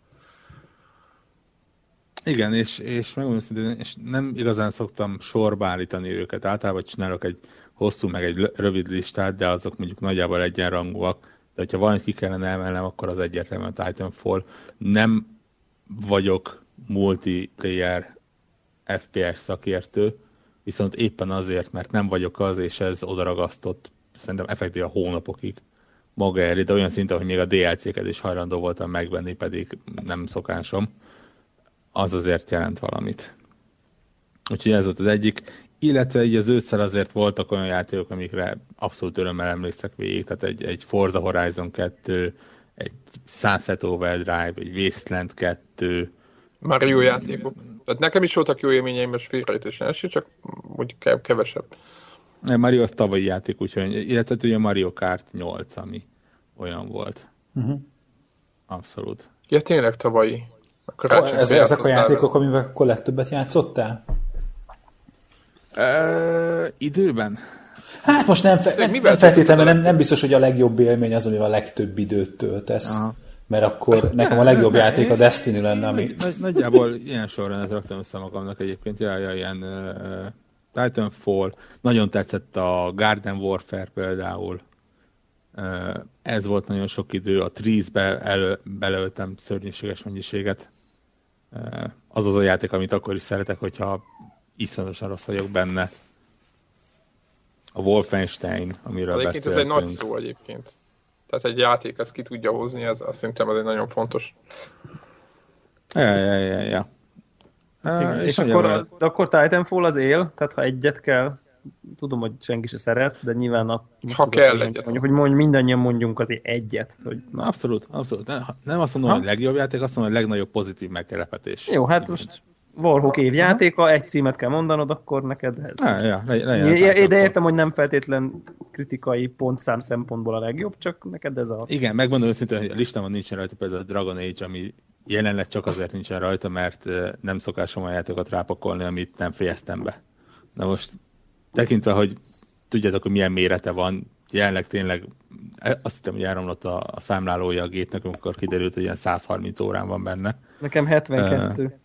[SPEAKER 4] Igen, és megmondom szintén, és nem igazán szoktam sorba állítani őket. Általában csinálok egy hosszú, meg egy rövid listát, de azok mondjuk nagyjából egyenrangúak. De hogyha valamit ki kellene emelnem, akkor az egyértelműen a Titanfall. Nem vagyok multiplayer FPS szakértő, viszont éppen azért, mert nem vagyok az, és ez odaragasztott szerintem effektíve hónapokig maga elé, de olyan szinten, hogy még a DLC-ket is hajlandó voltam megvenni, pedig nem szokásom. Az azért jelent valamit. Úgyhogy ez volt az egyik. Illetve így az ősszel azért voltak olyan játékok, amikre abszolút örömmel emlékszek végig. Tehát egy Forza Horizon 2, egy Sunset Overdrive, egy Wasteland 2.
[SPEAKER 1] Mario játékok. Tehát nekem is voltak jó élményeim, most félrejtésen eső, csak úgy kevesebb.
[SPEAKER 4] Mario az tavalyi játék, úgyhogy, illetve ugye Mario Kart 8, ami olyan volt. Abszolút.
[SPEAKER 1] Ja, tényleg tavalyi.
[SPEAKER 3] Ezek a játékok, amivel akkor legtöbbet játszottál?
[SPEAKER 4] Időben?
[SPEAKER 3] Hát most nem feltétlenül, nem biztos, hogy a legjobb élmény az, amivel a legtöbb időt töltesz. Aha. Mert akkor nekem a legjobb játék a Destiny lenne, ami...
[SPEAKER 4] Nagyjából ilyen sorrendet raktam össze magamnak egyébként, ilyen Titanfall, nagyon tetszett a Garden Warfare például, ez volt nagyon sok idő, a Trees-be belöltem szörnyűséges mennyiséget. Az az a játék, amit akkor is szeretek, hogyha iszonyatosan rossz vagyok benne. A Wolfenstein, amiről beszéltünk.
[SPEAKER 1] Ez egy nagy szó egyébként. Tehát egy játék ezt ki tudja hozni, ez szerintem ez egy nagyon fontos.
[SPEAKER 4] Ja.
[SPEAKER 2] És akkor Titanfall az él? Tehát ha egyet kell tudom, hogy senki se szeret, de nyilván
[SPEAKER 1] ha kell egyet.
[SPEAKER 2] Hogy mindannyian mondjunk azért egyet. Hogy...
[SPEAKER 4] Abszolút. Nem azt mondom, hogy legjobb játék, azt mondom, hogy legnagyobb pozitív meglepetés.
[SPEAKER 2] Jó, hát most Warhawk év játéka, egy címet kell mondanod, akkor neked ez. De értem, hogy nem feltétlen kritikai pontszám szempontból a legjobb, csak neked ez a...
[SPEAKER 4] Igen, megmondom őszintén, hogy a listámon nincsen rajta például a Dragon Age, ami jelenleg csak azért nincsen rajta, mert nem szokásom a játékokat rápakolni, amit nem fejeztem be. Na most tekintve, hogy tudjátok, hogy milyen mérete van, jelenleg tényleg azt hittem, hogy elromlott a számlálója a gépnek, amikor kiderült, hogy ilyen 130 órán van benne.
[SPEAKER 2] Nekem 72.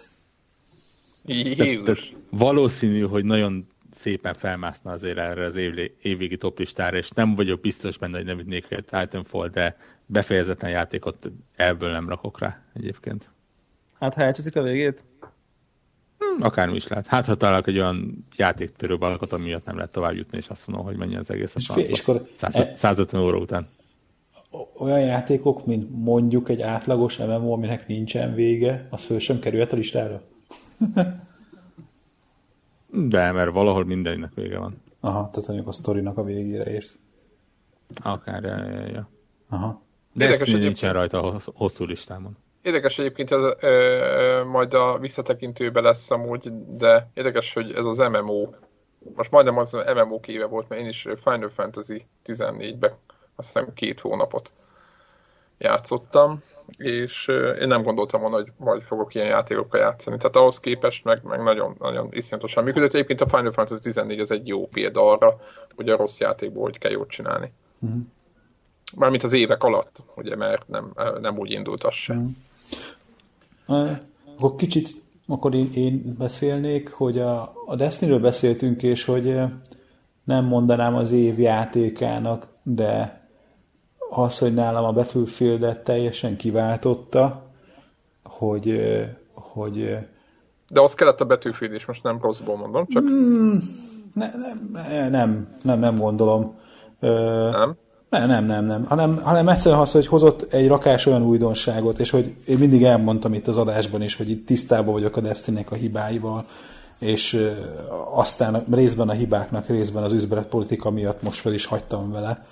[SPEAKER 4] Tehát valószínű, hogy nagyon szépen felmászna azért erre az évvégi toplistára, és nem vagyok biztos benne, hogy nem ütnék egy Titanfall, de befejezetlen játékot ebből nem rakok rá egyébként.
[SPEAKER 2] Hát ha elcseszik a végét?
[SPEAKER 4] Akármi is lehet. Hát ha találok egy olyan játéktörő balakot, amiatt nem lehet tovább jutni, és azt mondom, hogy menjen az egész a francba. 150 óra után.
[SPEAKER 3] Olyan játékok, mint mondjuk egy átlagos MMO, aminek nincsen vége, az föl sem kerülhet a listára?
[SPEAKER 4] De, mert valahol mindennek vége van.
[SPEAKER 3] Aha, tehát mondjuk a sztorinak a végére érsz.
[SPEAKER 4] Akár, ja.
[SPEAKER 3] Aha.
[SPEAKER 4] De ez nincsen rajta a hosszú listámon.
[SPEAKER 1] Érdekes egyébként, ez majd a visszatekintőben lesz amúgy, de érdekes, hogy ez az MMO, most majdnem az MMO éve volt, mert én is Final Fantasy 14-ben azt hiszem 2 hónapot játszottam, és én nem gondoltam volna, hogy majd fogok ilyen játékokkal játszani. Tehát ahhoz képest meg nagyon, nagyon iszonyatosan működött. Egyébként a Final Fantasy 14 az egy jó példa arra, hogy a rossz játékból hogy kell jót csinálni. Uh-huh. Mármint az évek alatt, ugye, mert nem úgy indult az sem.
[SPEAKER 3] Akkor kicsit én beszélnék, hogy a Destiny-ről beszéltünk, és hogy nem mondanám az év játékának, de az, hogy nálam a Battlefieldet teljesen kiváltotta, hogy
[SPEAKER 1] de az kellett a Battlefield is, most nem rosszból mondom, csak...
[SPEAKER 3] Nem gondolom.
[SPEAKER 1] Nem?
[SPEAKER 3] Nem. Hanem egyszerűen az, hogy hozott egy rakás olyan újdonságot, és hogy én mindig elmondtam itt az adásban is, hogy itt tisztában vagyok a Destiny-nek a hibáival, és aztán részben a hibáknak, részben az üzletpolitika miatt most fel is hagytam vele.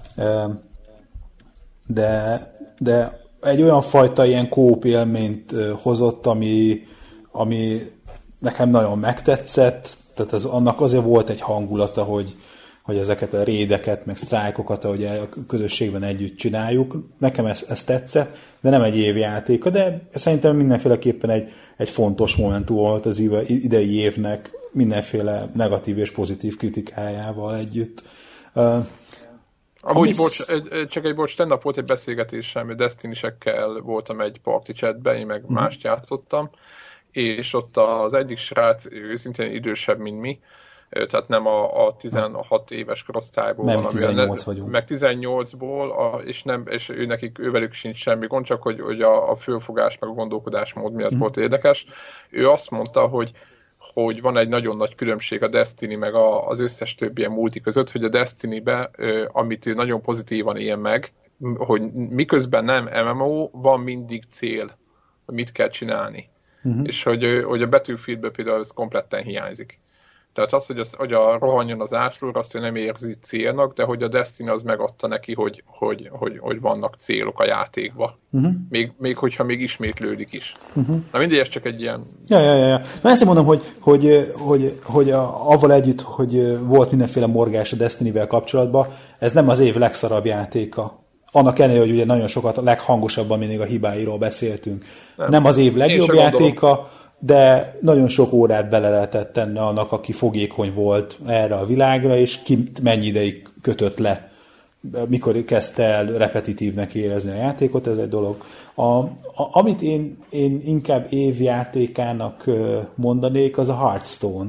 [SPEAKER 3] De egy olyan fajta ilyen kóp élményt hozott, ami nekem nagyon megtetszett, tehát annak azért volt egy hangulata, hogy ezeket a raideket, meg sztrájkokat, ahogy a közösségben együtt csináljuk. Nekem ez tetszett, de nem egy évjátéka, de szerintem mindenféleképpen egy fontos momentum volt az idei évnek mindenféle negatív és pozitív kritikájával együtt.
[SPEAKER 1] Amúgy, csak egy tegnap volt egy beszélgetésem, Destiny-sekkel voltam egy party chatben, én meg mást játszottam, és ott az egyik srác őszintén idősebb, mint mi, tehát nem a 16 éves korosztályból
[SPEAKER 3] van, 18 vagyunk.
[SPEAKER 1] Meg 18-ból, és ővelük sincs semmi gond, csak hogy a fölfogás meg a gondolkodásmód miatt volt érdekes. Ő azt mondta, hogy van egy nagyon nagy különbség a Destiny meg az összes többi ilyen multi között, hogy a Destiny-be, amit ő nagyon pozitívan él meg, hogy miközben nem MMO, van mindig cél, hogy mit kell csinálni. És hogy a Battlefieldben például ez kompletten hiányzik. Tehát az, hogy a rohanjon az áslóra, azt, hogy nem érzi célnak, de hogy a Destiny az megadta neki, hogy vannak célok a játékban. Még hogyha még ismétlődik is. Na mindegy, ez csak egy ilyen...
[SPEAKER 3] Ja. Na ezt mondom, hogy avval együtt, hogy volt mindenféle morgás a Destiny-vel kapcsolatban, ez nem az év legszarabb játéka. Annak ellenére, hogy ugye nagyon sokat, a leghangosabban mindig a hibáiról beszéltünk. Nem az év legjobb játéka, de nagyon sok órát bele lehetett tenni annak, aki fogékony volt erre a világra, és ki mennyi ideig kötött le, mikor kezdte el repetitívnek érezni a játékot, ez egy dolog. Amit én inkább évjátékának mondanék, az a Hearthstone.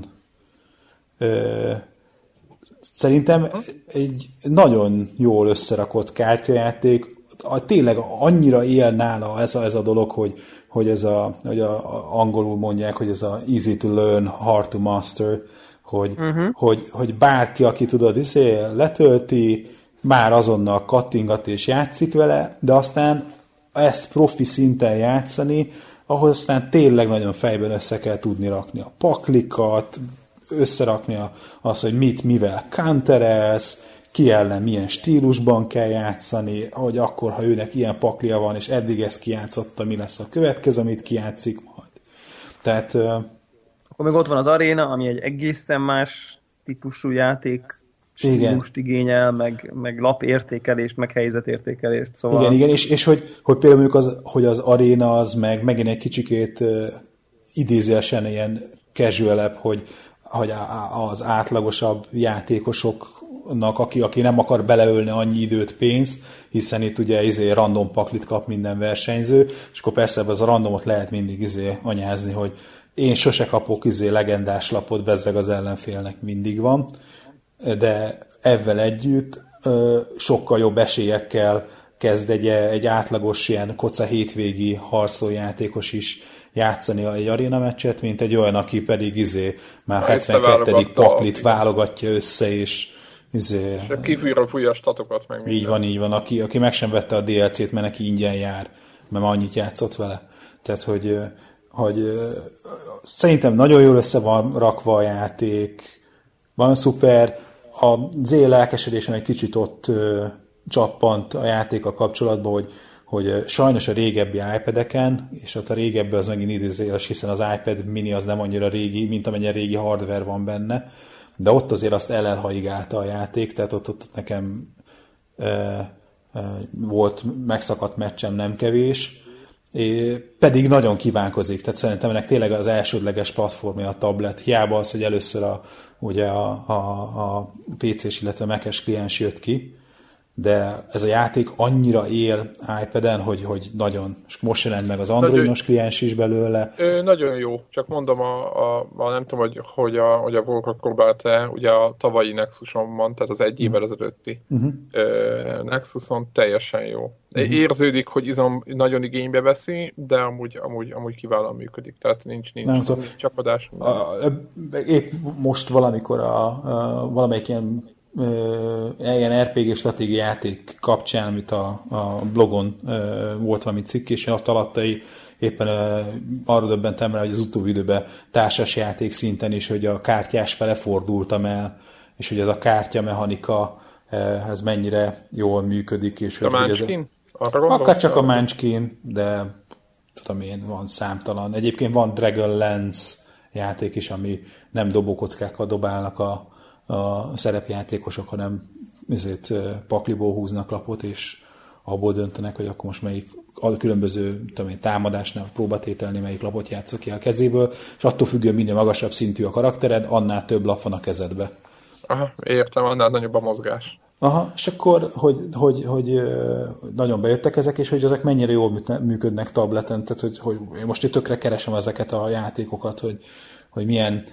[SPEAKER 3] Szerintem egy nagyon jól összerakott kártyajáték, tényleg annyira él nála ez a dolog, hogy hogy angolul mondják, hogy ez a easy to learn, hard to master, hogy bárki, aki tudod, letölti, már azonnal kattingat és játszik vele, de aztán ezt profi szinten játszani, ahhoz aztán tényleg nagyon fejben össze kell tudni rakni a paklikat, összerakni az, hogy mit, mivel counterelsz, ki ellen milyen stílusban kell játszani, hogy akkor, ha őnek ilyen paklia van, és eddig ezt kijátszotta, mi lesz a következő, amit kijátszik majd. Tehát...
[SPEAKER 2] Akkor még ott van az aréna, ami egy egészen más típusú játék, stílust igényel, meg lapértékelést, meg helyzetértékelést. Szóval...
[SPEAKER 3] Igen, és hogy például mondjuk hogy az aréna az megint egy kicsikét idézősen ilyen casual-ebb, hogy az átlagosabb játékosoknak, aki nem akar beleölni annyi időt, pénzt, hiszen itt ugye random paklit kap minden versenyző, és akkor persze ez a randomot lehet mindig anyázni, hogy én sose kapok legendás lapot, bezzeg az ellenfélnek mindig van, de ezzel együtt sokkal jobb esélyekkel kezd egy átlagos ilyen koca hétvégi harcoljátékos is játszani egy aréna meccset, mint egy olyan, aki pedig már 72. paklit válogatja össze, és
[SPEAKER 1] kívülről fújja a statokat meg minden.
[SPEAKER 3] Így van, aki meg sem vette a DLC-t, mert neki ingyen jár, mert annyit játszott vele. Tehát, hogy szerintem nagyon jól össze van rakva a játék, van szuper, az én lelkesedésen egy kicsit ott csappant a játékkal kapcsolatban, hogy sajnos a régebbi iPad-eken, és ott a régebbi az megint idézőjeles, hiszen az iPad mini az nem annyira régi, mint amennyire régi hardware van benne, de ott azért azt elhaigálta a játék, tehát ott nekem volt megszakadt meccsem nem kevés, pedig nagyon kívánkozik, tehát szerintem ennek tényleg az elsődleges platformja a tablet. Hiába az, hogy először a PC-s, illetve Mac-es kliens jött ki, de ez a játék annyira él iPad-en, hogy nagyon, és most jelent meg az Androidos kliens is belőle.
[SPEAKER 1] Nagyon jó, csak mondom, nem tudom, hogy a Volkot próbált-e, ugye a tavalyi Nexuson van, tehát az egy évvel ezelőtti Nexuson teljesen jó. Érződik, hogy nagyon igénybe veszi, de amúgy kiválóan működik, tehát nincs csapadás.
[SPEAKER 3] Épp most valamikor valamelyik ilyen RPG stratégia játék kapcsán, amit a blogon volt valami cikk, és ott alattai éppen arra döbbentem rá, hogy az utóbbi időben társas játék szinten is, hogy a kártyás fele fordultam el, és hogy ez a kártyamechanika ez mennyire jól működik. És
[SPEAKER 1] a Munchkin?
[SPEAKER 3] Akár csak a Munchkin, de tudom én, van számtalan. Egyébként van Dragonlance játék is, ami nem dobókockákkal dobálnak a szerepjátékosok, hanem pakliból húznak lapot, és abból döntenek, hogy akkor most melyik a különböző támadásnál próbatételni, melyik lapot játszok ki a kezéből, és attól függően minél magasabb szintű a karaktered, annál több lap van a kezedbe.
[SPEAKER 1] Aha, értem, annál nagyobb a mozgás.
[SPEAKER 3] Aha, és akkor, hogy nagyon bejöttek ezek, és hogy ezek mennyire jól működnek tableten, tehát hogy én most itt tökre keresem ezeket a játékokat, hogy milyen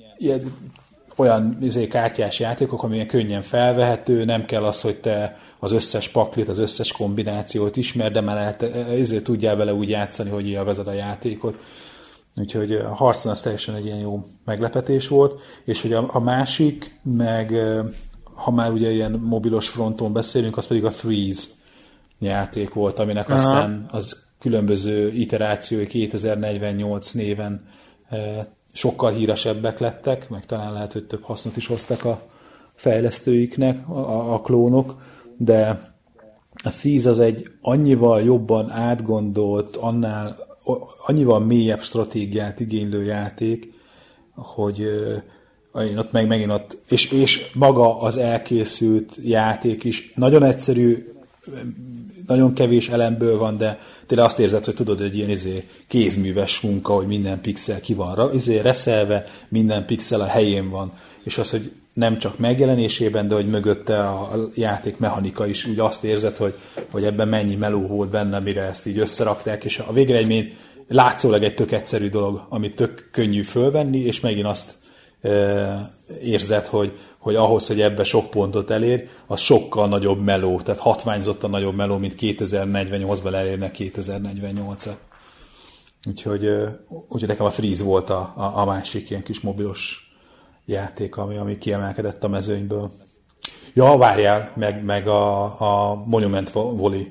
[SPEAKER 3] olyan kártyás játékok, amilyen könnyen felvehető, nem kell az, hogy te az összes paklit, az összes kombinációt ismerd, de már tudjál vele úgy játszani, hogy élvezed a játékot. Úgyhogy a Hearthstone az teljesen egy ilyen jó meglepetés volt, és hogy a másik, meg ha már ugye ilyen mobilos fronton beszélünk, az pedig a Freeze játék volt, aminek aztán az különböző iterációi 2048 néven sokkal híresebbek lettek, meg talán lehet, hogy több hasznot is hoztak a fejlesztőiknek, a klónok, de a Freeze az egy annyival jobban átgondolt, annyival mélyebb stratégiát igénylő játék, hogy én ott megint ott, és maga az elkészült játék is nagyon egyszerű, nagyon kevés elemből van, de tényleg azt érzed, hogy tudod, hogy ilyen kézműves munka, hogy minden pixel ki van reszelve, minden pixel a helyén van, és az, hogy nem csak megjelenésében, de hogy mögötte a játék mechanika is, úgy azt érzed, hogy ebben mennyi meló volt benne, mire ezt így összerakták, és a végeredmény látszólag egy tök egyszerű dolog, amit tök könnyű fölvenni, és megint azt érzed, hogy ahhoz, hogy ebbe sok pontot elér, az sokkal nagyobb meló, tehát hatványzottan nagyobb meló, mint 2048-ban elérnek 2048-at. Úgyhogy nekem a Freeze volt a másik ilyen kis mobilos játék, ami kiemelkedett a mezőnyből. Ja, várjál, meg a Monument Valley.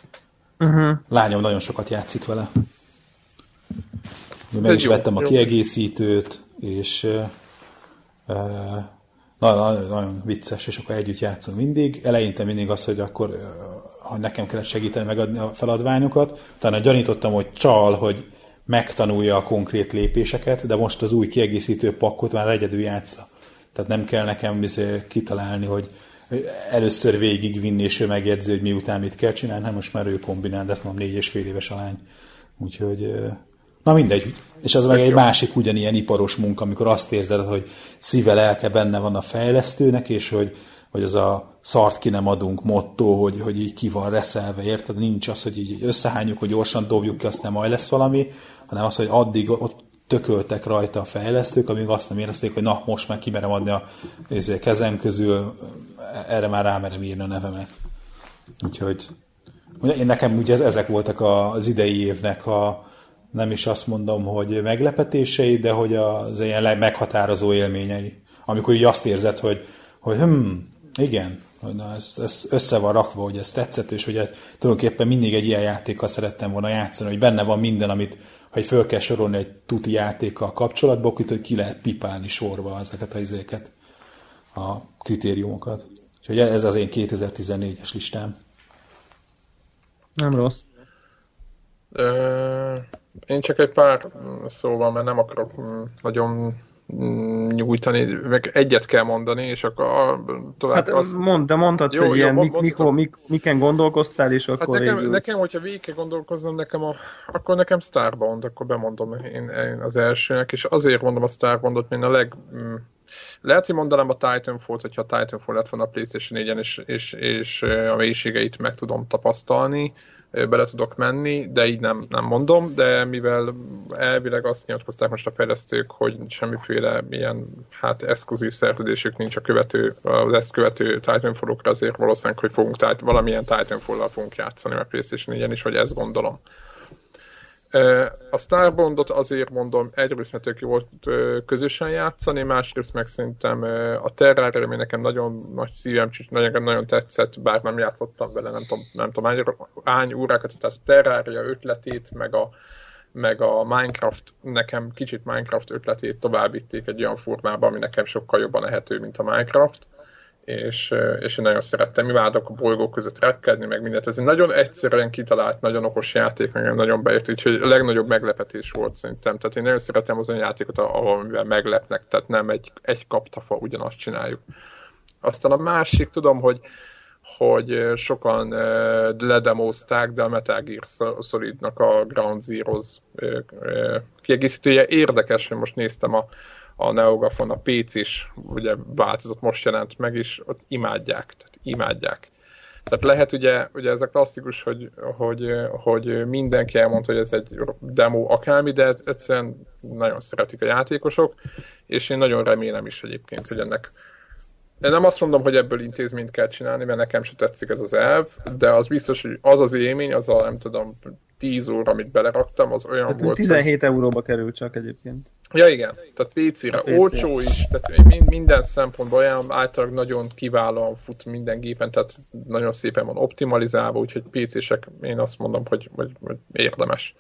[SPEAKER 3] Lányom nagyon sokat játszik vele. Meg is vettem a kiegészítőt, és Nagyon vicces, és akkor együtt játszom mindig. Eleinte mindig az, hogy akkor hogy nekem kellett segíteni megadni a feladványokat. Utána gyanítottam, hogy csal, hogy megtanulja a konkrét lépéseket, de most az új kiegészítő pakkot már egyedül játsza. Tehát nem kell nekem kitalálni, hogy először végigvinni, és ő megjegyzi, hogy miután mit kell csinálni, hanem most már ő kombinál, de ezt mondom 4,5 éves a lány. Úgyhogy, na mindegy. És az meg egy másik ugyanilyen iparos munka, amikor azt érzed, hogy szíve, lelke benne van a fejlesztőnek, és hogy az a szart ki nem adunk motto, hogy így ki van reszelve, érted? Nincs az, hogy így összehányjuk, hogy gyorsan dobjuk ki, aztán majd lesz valami, hanem az, hogy addig ott tököltek rajta a fejlesztők, amíg azt nem érezték, hogy na, most már kimerem adni a kezem közül, erre már rámerem írni a nevemet. Úgyhogy nekem ugye ezek voltak az idei évnek nem is azt mondom, hogy meglepetései, de hogy az ilyen meghatározó élményei. Amikor így azt érzed, hogy igen, hogy na, ez össze van rakva, hogy ez tetszett, és hogy tulajdonképpen mindig egy ilyen játékkal szerettem volna játszani, hogy benne van minden, amit ha föl kell sorolni egy tuti játékkal kapcsolatban, hogy ki lehet pipálni sorba ezeket az izéket, a kritériumokat. Úgyhogy ez az én 2014-es listám.
[SPEAKER 2] Nem rossz.
[SPEAKER 1] Én csak egy pár szóval, mert nem akarok nagyon nyújtani, meg egyet kell mondani, és akkor tovább...
[SPEAKER 2] Hát mondhatsz, hogy ilyen miken gondolkoztál, és akkor...
[SPEAKER 1] Hát nekem hogyha végig kell gondolkoznom, akkor nekem Starbond, akkor bemondom én az elsőnek, és azért mondom a Starbondot, mint lehet, hogy mondanám a Titanfall-t, hogyha a Titanfall lett volna a PlayStation 4-en, és a mélységeit meg tudom tapasztalni, bele tudok menni, de így nem mondom, de mivel elvileg azt nyilatkozták most a fejlesztők, hogy semmiféle ilyen exkluzív szerződésük nincs az ezt követő Titanfall-okra, azért valószínűleg, hogy fogunk valamilyen Titanfall-al fogunk játszani a PlayStation 4-en is, vagy ezt gondolom. A Starbondot azért mondom, egyrészt mert tök jó volt közösen játszani, másrészt meg szerintem a Terraria, ami nekem nagyon nagy szívem, nagyon tetszett, bár nem játszottam vele, nem tudom hány órákat, tehát a Terraria ötletét, meg a Minecraft, nekem kicsit Minecraft ötletét továbbvitték egy olyan formába, ami nekem sokkal jobban ehető, mint a Minecraft. És én nagyon szerettem, imádok a bolygók között repkedni, meg mindent. Ez egy nagyon egyszerűen kitalált, nagyon okos játék, meg nagyon bejött, úgyhogy a legnagyobb meglepetés volt szerintem. Tehát én nagyon szeretem az olyan játékot, ahol meglepnek, tehát nem egy kaptafa ugyanazt csináljuk. Aztán a másik, tudom, hogy sokan ledemozták, de a Metal Gear Solidnak a Ground Zeroes kiegészítője. Érdekes, hogy most néztem a NeoGAF-on, a PC-s ugye változat most jelent meg, és ott imádják. Tehát lehet ugye ez a klasszikus, hogy mindenki elmondta, hogy ez egy demo akármi, de egyszerűen nagyon szeretik a játékosok, és én nagyon remélem is egyébként, hogy ennek de nem azt mondom, hogy ebből intézményt kell csinálni, mert nekem se tetszik ez az elv, de az biztos, hogy az élmény, az a nem tudom, 10 óra, amit beleraktam, az olyan
[SPEAKER 2] tehát
[SPEAKER 1] volt.
[SPEAKER 2] 17 euróba kerül csak egyébként.
[SPEAKER 1] Ja igen, tehát PC-re olcsó is, tehát minden szempontból olyan általában nagyon kiválóan fut minden gépen, tehát nagyon szépen van optimalizálva, úgyhogy PC-sek én azt mondom, hogy érdemes.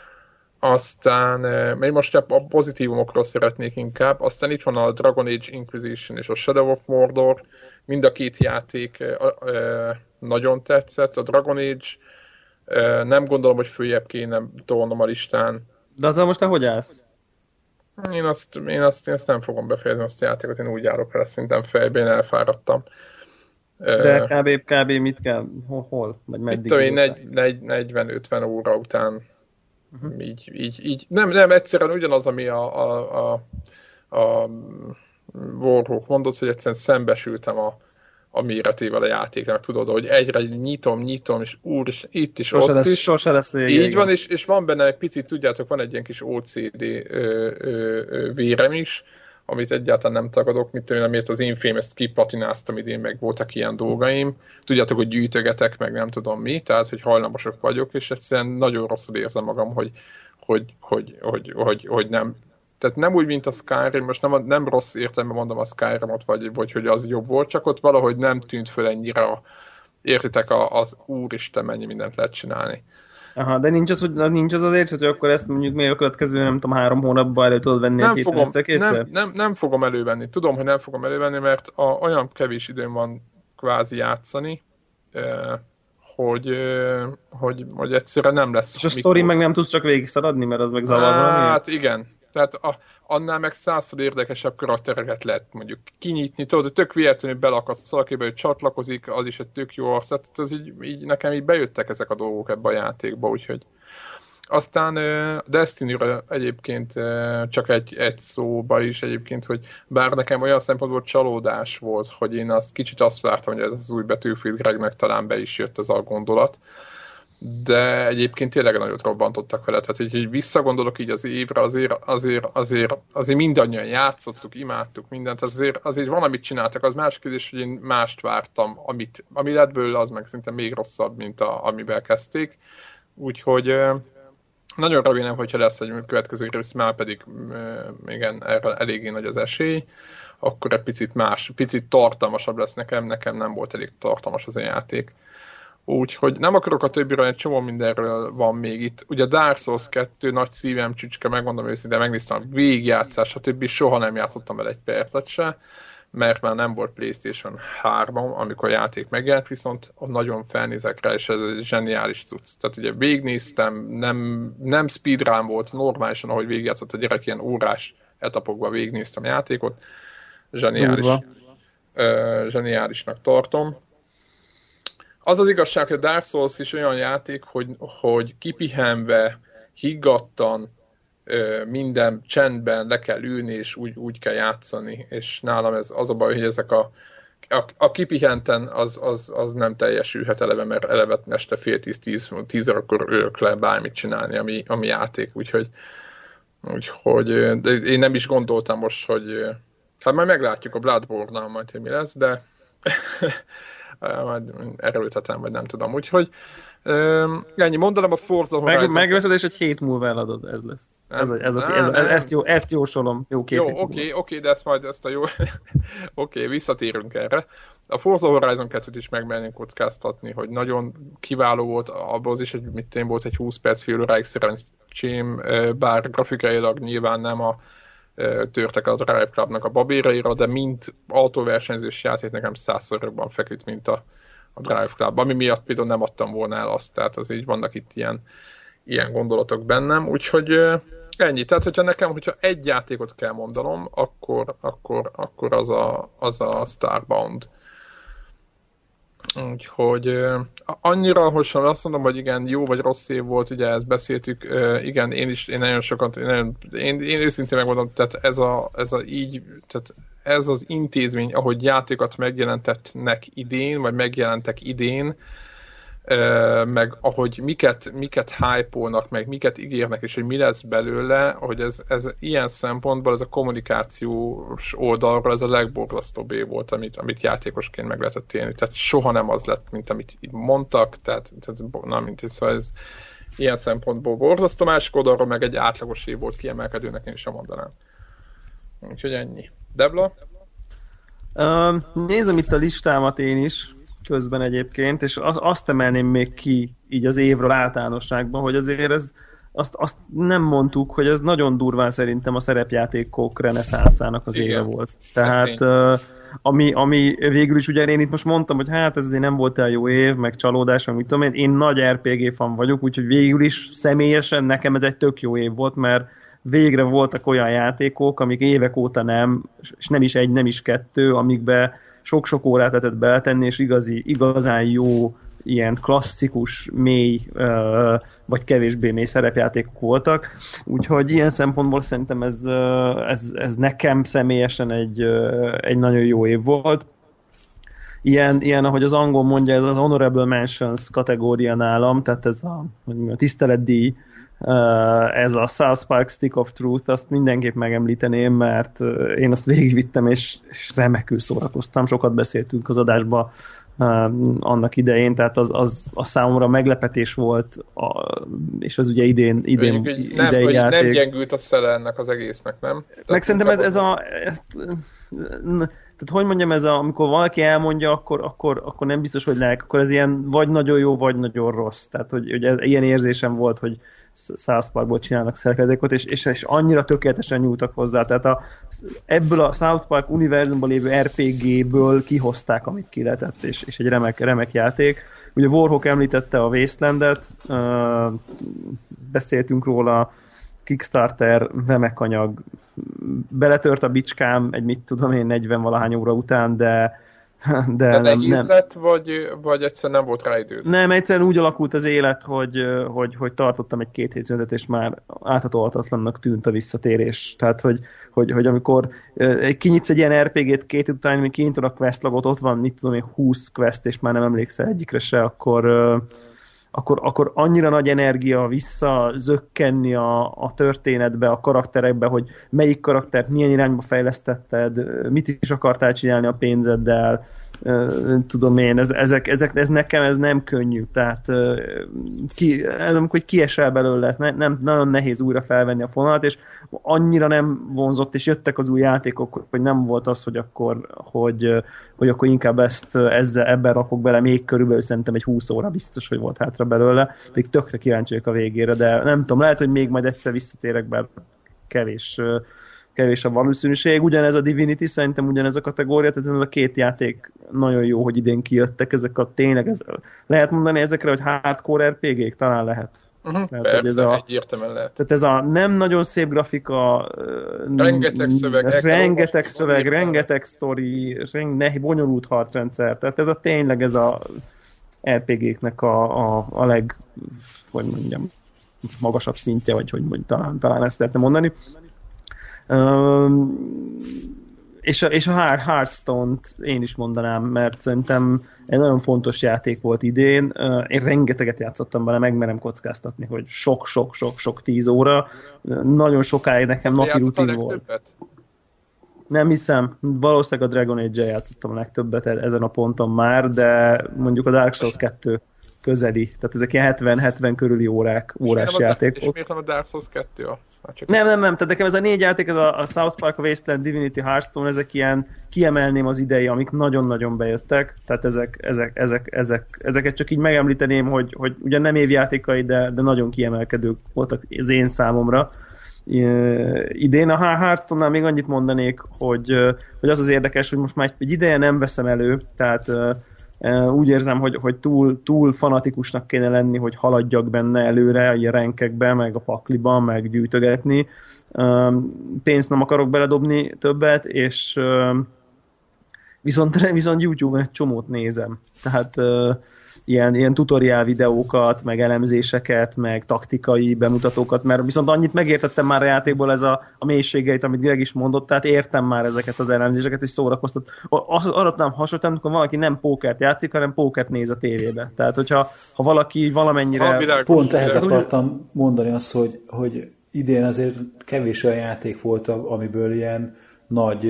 [SPEAKER 1] Aztán, még most a pozitívumokról szeretnék inkább, aztán itt van a Dragon Age Inquisition és a Shadow of Mordor, mind a két játék nagyon tetszett, a Dragon Age nem gondolom, hogy följebb kéne tolnom a listán.
[SPEAKER 2] De azzal most te hogy állsz?
[SPEAKER 1] Én azt nem fogom befejezni, azt a játékot, én úgy járok el, szinten fejben elfáradtam.
[SPEAKER 2] De kb. Mit kell? Hol? Vagy meddig?
[SPEAKER 1] Itt 40-50 óra után így nem egyszerűen ugyanaz, ami a Warhawk mondott, hogy egyszerűen szembesültem a méretével a játéknak, tudod, hogy egyre nyitom, és úr, itt is,
[SPEAKER 2] sose
[SPEAKER 1] ott
[SPEAKER 2] lesz,
[SPEAKER 1] is.
[SPEAKER 2] Sose lesz vége.
[SPEAKER 1] Így van, és van benne egy picit, tudjátok, van egy ilyen kis OCD vérem is, amit egyáltalán nem tagadok, amiért az Infamous-t kipatináztam idén, meg voltak ilyen dolgaim. Tudjátok, hogy gyűjtögetek, meg nem tudom mi, tehát, hogy hajlamosok vagyok, és egyszerűen nagyon rosszul érzem magam, hogy nem. Tehát nem úgy, mint a Skyrim, most nem rossz értelemben mondom a Skyrimot, vagy hogy az jobb volt, csak ott valahogy nem tűnt föl ennyire értitek, az úristen, mennyi mindent lehet csinálni.
[SPEAKER 2] Aha, de nincs az azért, hogy akkor ezt mondjuk még a következő, nem tudom, 3 hónapban elő tudod venni egy héten
[SPEAKER 1] nem fogom elővenni. Tudom, hogy nem fogom elővenni, mert olyan kevés időm van kvázi játszani, hogy egyszerűen nem lesz.
[SPEAKER 2] És a sztori meg nem tudsz csak végig szaladni, mert az meg zavar valami?
[SPEAKER 1] Hát igen. Tehát annál meg 100-szor érdekesebb karaktereket lehet mondjuk kinyitni. Tudod, hogy tök véletlenül belakadsz valakibe, hogy csatlakozik, az is egy tök jó arc. Tehát az így nekem így bejöttek ezek a dolgok ebbe a játékba, úgyhogy. Aztán Destiny-ről egyébként csak egy szóba is egyébként, hogy bár nekem olyan szempontból csalódás volt, hogy én kicsit azt vártam, hogy ez az új Battlefield Gregnek talán be is jött ez a gondolat, de egyébként tényleg nagyot robbantottak vele, tehát hogy visszagondolok így az évre, azért mindannyian játszottuk, imádtuk mindent, azért valamit csináltak, az más kérdés, hogy én mást vártam, ami lett belőle, az meg szinte még rosszabb, mint amivel kezdték, úgyhogy nagyon remélem, hogyha lesz egy következő rész, már pedig igen, erre eléggé nagy az esély, akkor egy picit tartalmasabb lesz nekem nem volt elég tartalmas az a játék. Úgyhogy nem akarok a többiről, egy csomó mindenről van még itt. Ugye Dark Souls 2 nagy szívem csücske, megmondom őszintén, megnéztem a végigjátszás, stb. Soha nem játszottam vele egy percet se, mert már nem volt PlayStation 3, amikor a játék megjelent, viszont nagyon felnézek rá, és ez egy zseniális cucc. Tehát ugye végignéztem, nem speedrun volt, normálisan, ahogy végigjátszott a gyerek, ilyen órás etapokban végignéztem a játékot. Zseniálisnak tartom. Az az igazság, hogy a Dark Souls is olyan játék, hogy kipihenve, higgadtan, minden csendben le kell ülni, és úgy kell játszani. És nálam ez az a baj, hogy ezek a kipihenten az nem teljesülhet eleve, mert eleve este fél 10-kor ülök le bármit csinálni, ami játék. Úgyhogy én nem is gondoltam most, hogy hát majd meglátjuk a Bloodborne-nál majd, hogy mi lesz, de majd erőltetem, vagy nem tudom. Úgyhogy ennyi, mondanám a Forza Horizon.
[SPEAKER 2] Megveszed, és egy hét múlva eladod, ez lesz. Ezt jósolom. Jó,
[SPEAKER 1] oké, de ezt a jó... Oké, visszatérünk erre. A Forza Horizon 2-t is megmerném kockáztatni, hogy nagyon kiváló volt, abban is, hogy volt egy 20 perc, fél óráig szerencsém, bár grafikailag nyilván nem törtek a Drive Clubnak a babéraira, de mint autóversenyzős játék nekem 100-szor jobban feküdt, mint a Drive Club, ami miatt például nem adtam volna el azt, tehát az így vannak itt ilyen gondolatok bennem, úgyhogy ennyi. Tehát, hogyha egy játékot kell mondanom, akkor az a Starbound. Úgyhogy annyira, hogy azt mondom, hogy igen, jó vagy rossz év volt, ugye ezt beszéltük, igen, én nagyon sokat, én őszintén megmondom, tehát ez az intézmény, ahogy játékokat megjelentetnek idén, vagy megjelentek idén, meg ahogy miket hype-olnak, meg miket ígérnek, és hogy mi lesz belőle, hogy ez ilyen szempontból ez a kommunikációs oldalról ez a legborzasztóbb év volt, amit játékosként meg lehetett élni. Tehát soha nem az lett, mint amit így mondtak, szóval ez ilyen szempontból borzasztó, másik oldalról meg egy átlagos év volt kiemelkedőnek, én sem mondanám. Úgyhogy ennyi. Debla?
[SPEAKER 2] Nézem itt a listámat én is, közben egyébként, és azt emelném még ki így az évről általánosságban, hogy azért azt nem mondtuk, hogy ez nagyon durván szerintem a szerepjátékok reneszánszának az éve volt. Tehát ami végül is ugye én itt most mondtam, hogy hát ez azért nem volt el jó év, meg csalódás, meg mit tudom én nagy RPG fan vagyok, úgyhogy végül is személyesen nekem ez egy tök jó év volt, mert végre voltak olyan játékok, amik évek óta nem, és nem is egy, nem is kettő, amikbe sok-sok órát lehetett beletenni, és igazán jó, ilyen klasszikus, mély, vagy kevésbé mély szerepjátékok voltak. Úgyhogy ilyen szempontból szerintem ez nekem személyesen egy nagyon jó év volt. Ilyen, ahogy az angol mondja, ez az Honorable Mentions kategória nálam, tehát ez a tiszteletdíj, ez a South Park Stick of Truth, azt mindenképp megemlíteném, mert én azt végigvittem, és remekül szórakoztam, sokat beszéltünk az adásban annak idején, tehát az számomra meglepetés volt, és az ugye idén
[SPEAKER 1] játék. Nem gyengült a szele ennek az egésznek, nem?
[SPEAKER 2] Meg szerintem tehát hogy mondjam, amikor valaki elmondja, akkor nem biztos, hogy lehet, akkor ez ilyen vagy nagyon jó, vagy nagyon rossz. Tehát, hogy ilyen érzésem volt, hogy South Parkból csinálnak szerkezetekot, és annyira tökéletesen nyúltak hozzá. Tehát ebből a South Park univerzumban lévő RPG-ből kihozták, amit ki lehetett, és egy remek játék. Ugye Warhawk említette a Wastelandet, beszéltünk róla, Kickstarter, remek anyag. Beletört a bicskám egy 40-valahány óra után, de
[SPEAKER 1] nehéz lett, vagy egyszerűen nem volt rá időt?
[SPEAKER 2] Nem, egyszerűen úgy alakult az élet, hogy tartottam egy 2 hét szünetet, és már áthatolhatatlannak tűnt a visszatérés. Tehát, hogy amikor kinyitsz egy ilyen RPG-t 2 hét után, még kinyitod a questlogot, ott van, 20 quest, és már nem emlékszel egyikre se, akkor annyira nagy energia visszazökkenni a történetbe, a karakterekbe, hogy melyik karaktert milyen irányba fejlesztetted, mit is akartál csinálni a pénzeddel, tudom én, ez nekem ez nem könnyű, tehát amikor kiesel belőle, nem, nagyon nehéz újra felvenni a fonalat, és annyira nem vonzott, és jöttek az új játékok, hogy nem volt az, hogy akkor inkább ebben rakok bele, még körülbelül szerintem egy 20 óra biztos, hogy volt hátra belőle, még tökre kíváncsiak a végére, de nem tudom, lehet, hogy még majd egyszer visszatérek, bár kevés a valószínűség. Ugyanez a Divinity, szerintem ugyanez a kategória, tehát ez a 2 játék nagyon jó, hogy idén kijöttek, lehet mondani ezekre, hogy hardcore RPG-k? Talán lehet.
[SPEAKER 1] Persze, egyértelműen lehet.
[SPEAKER 2] Tehát ez a nem nagyon szép grafika, rengeteg szöveg, rengeteg sztori, bonyolult harcrendszer, tehát ez tényleg ez a RPG-knek a leg, hogy mondjam, magasabb szintje, vagy hogy talán ezt lehetne mondani. És a Hearthstone-t én is mondanám, mert szerintem egy nagyon fontos játék volt idén. Én rengeteget játszottam bele, megmerem kockáztatni, hogy sok 10 óra. Nagyon sokáig nekem napi rutin volt. Többet? Nem hiszem, valószínűleg a Dragon Age-el játszottam a legtöbbet ezen a ponton már, de mondjuk a Dark Souls 2 közeli, tehát ezek ilyen 70 körüli órás játékok.
[SPEAKER 1] És miért nem a Dark Souls 2?
[SPEAKER 2] Nem, tehát nekem ez a 4 játék, ez a South Park, a Wasteland, Divinity, Hearthstone, ezek ilyen, kiemelném az idei, amik nagyon-nagyon bejöttek, tehát ezeket csak így megemlíteném, hogy ugyan nem évjátékai, de nagyon kiemelkedők voltak az én számomra. Idén a Hearthstone-nál még annyit mondanék, hogy az érdekes, hogy most már egy ideje nem veszem elő, tehát úgy érzem, hogy túl fanatikusnak kéne lenni, hogy haladjak benne előre a rankekbe, meg a pakliban, meg gyűjtögetni. Pénzt nem akarok beledobni többet, és viszont YouTube-on egy csomót nézem. Tehát ilyen tutoriál videókat, meg elemzéseket, meg taktikai bemutatókat, mert viszont annyit megértettem már a játékból ez a mélységeit, amit Greg is mondott, tehát értem már ezeket az elemzéseket, és szórakoztat. Arra nem hasonlítom, amikor valaki nem pókert játszik, hanem pókert néz a tévébe. Tehát, hogyha valaki valamennyire...
[SPEAKER 3] Pont ehhez akartam mondani azt, hogy idén azért kevés olyan játék volt, amiből ilyen nagy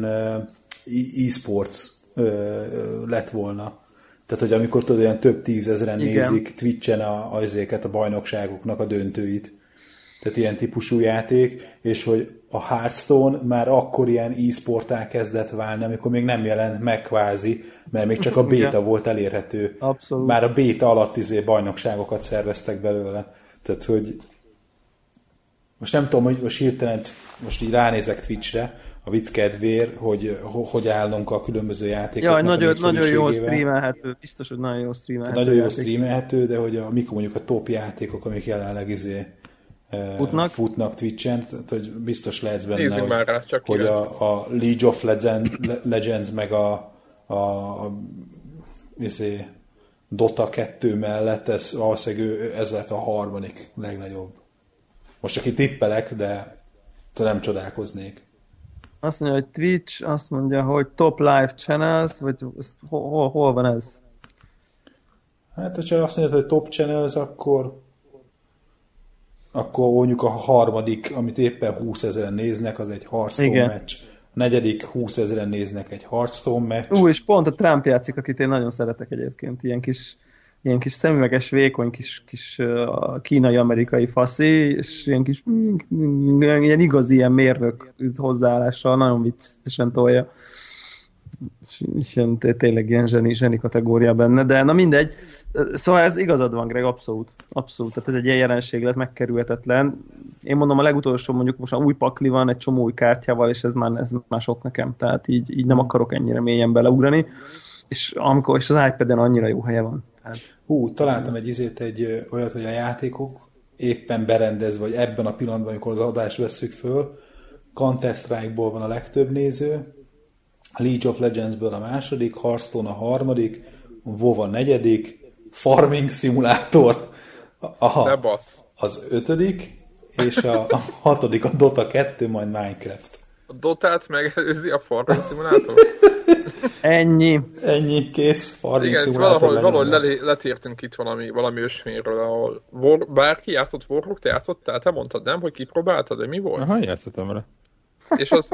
[SPEAKER 3] e-sports lett volna. Tehát, hogy amikor tudod, olyan több 10 000 nézik Twitch-en a bajnokságoknak a döntőit. Tehát ilyen típusú játék, és hogy a Hearthstone már akkor ilyen e-sportá kezdett válni, amikor még nem jelent meg kvázi, mert még csak a béta volt elérhető.
[SPEAKER 2] Abszolút.
[SPEAKER 3] Már a béta alatt bajnokságokat szerveztek belőle. Tehát, hogy most nem tudom, hogy most hirtelen most így ránézek Twitch-re, a vicc kedvéért, hogy állunk a különböző játékoknak.
[SPEAKER 2] Jaj, nagyon jól streamelhető. Biztos, hogy nagyon jól streamelhető.
[SPEAKER 3] Nagyon jól streamelhető, de hogy mikor mondjuk a top játékok, amik jelenleg futnak Twitch-en, tehát hogy biztos lehetsz benne, hogy a League of Legends meg a Dota 2 mellett ez lett a harmadik legnagyobb. Most csak itt tippelek, de nem csodálkoznék.
[SPEAKER 2] Azt mondja, hogy Twitch, azt mondja, hogy Top Live Channels, vagy hol van ez?
[SPEAKER 3] Hát, hogyha azt mondja, hogy Top Channels, akkor mondjuk a harmadik, amit éppen 20 000 néznek, az egy Hearthstone meccs. A negyedik 20 000 néznek egy Hearthstone meccs.
[SPEAKER 2] És pont a Trump játszik, akit én nagyon szeretek egyébként, ilyen kis szemüveges, vékony, kis kínai-amerikai faszi, és ilyen igazi ilyen mérnök hozzáállással nagyon viccesen tolja. tényleg ilyen zseni kategória benne, de na mindegy. Szóval ez igazad van, Greg, abszolút. Tehát ez egy ilyen jelenség lett, megkerülhetetlen. Én mondom, a legutolsó mondjuk most új pakli van, egy csomó új kártyával, és ez már sok nekem, tehát így nem akarok ennyire mélyen beleugrani. És az iPad-en annyira jó helye van. Tehát...
[SPEAKER 3] találtam egy olyat, hogy a játékok éppen berendezve, vagy ebben a pillanatban, amikor az adást vesszük föl, Counter-Strike-ból van a legtöbb néző, League of Legends-ből a második, Hearthstone a harmadik, WoW a negyedik, Farming Simulator az ötödik, és a hatodik a Dota 2, majd Minecraft.
[SPEAKER 1] A Dotát megelőzi a Farming Simulator?
[SPEAKER 2] Ennyi,
[SPEAKER 3] kész.
[SPEAKER 1] Farming igen, valahogy letértünk itt valami ösvényről, ahol bárki játszott Warlock, te játszottál? Te mondtad, nem, hogy kipróbáltad, de mi volt?
[SPEAKER 4] Aha, játszottam vele.
[SPEAKER 1] És az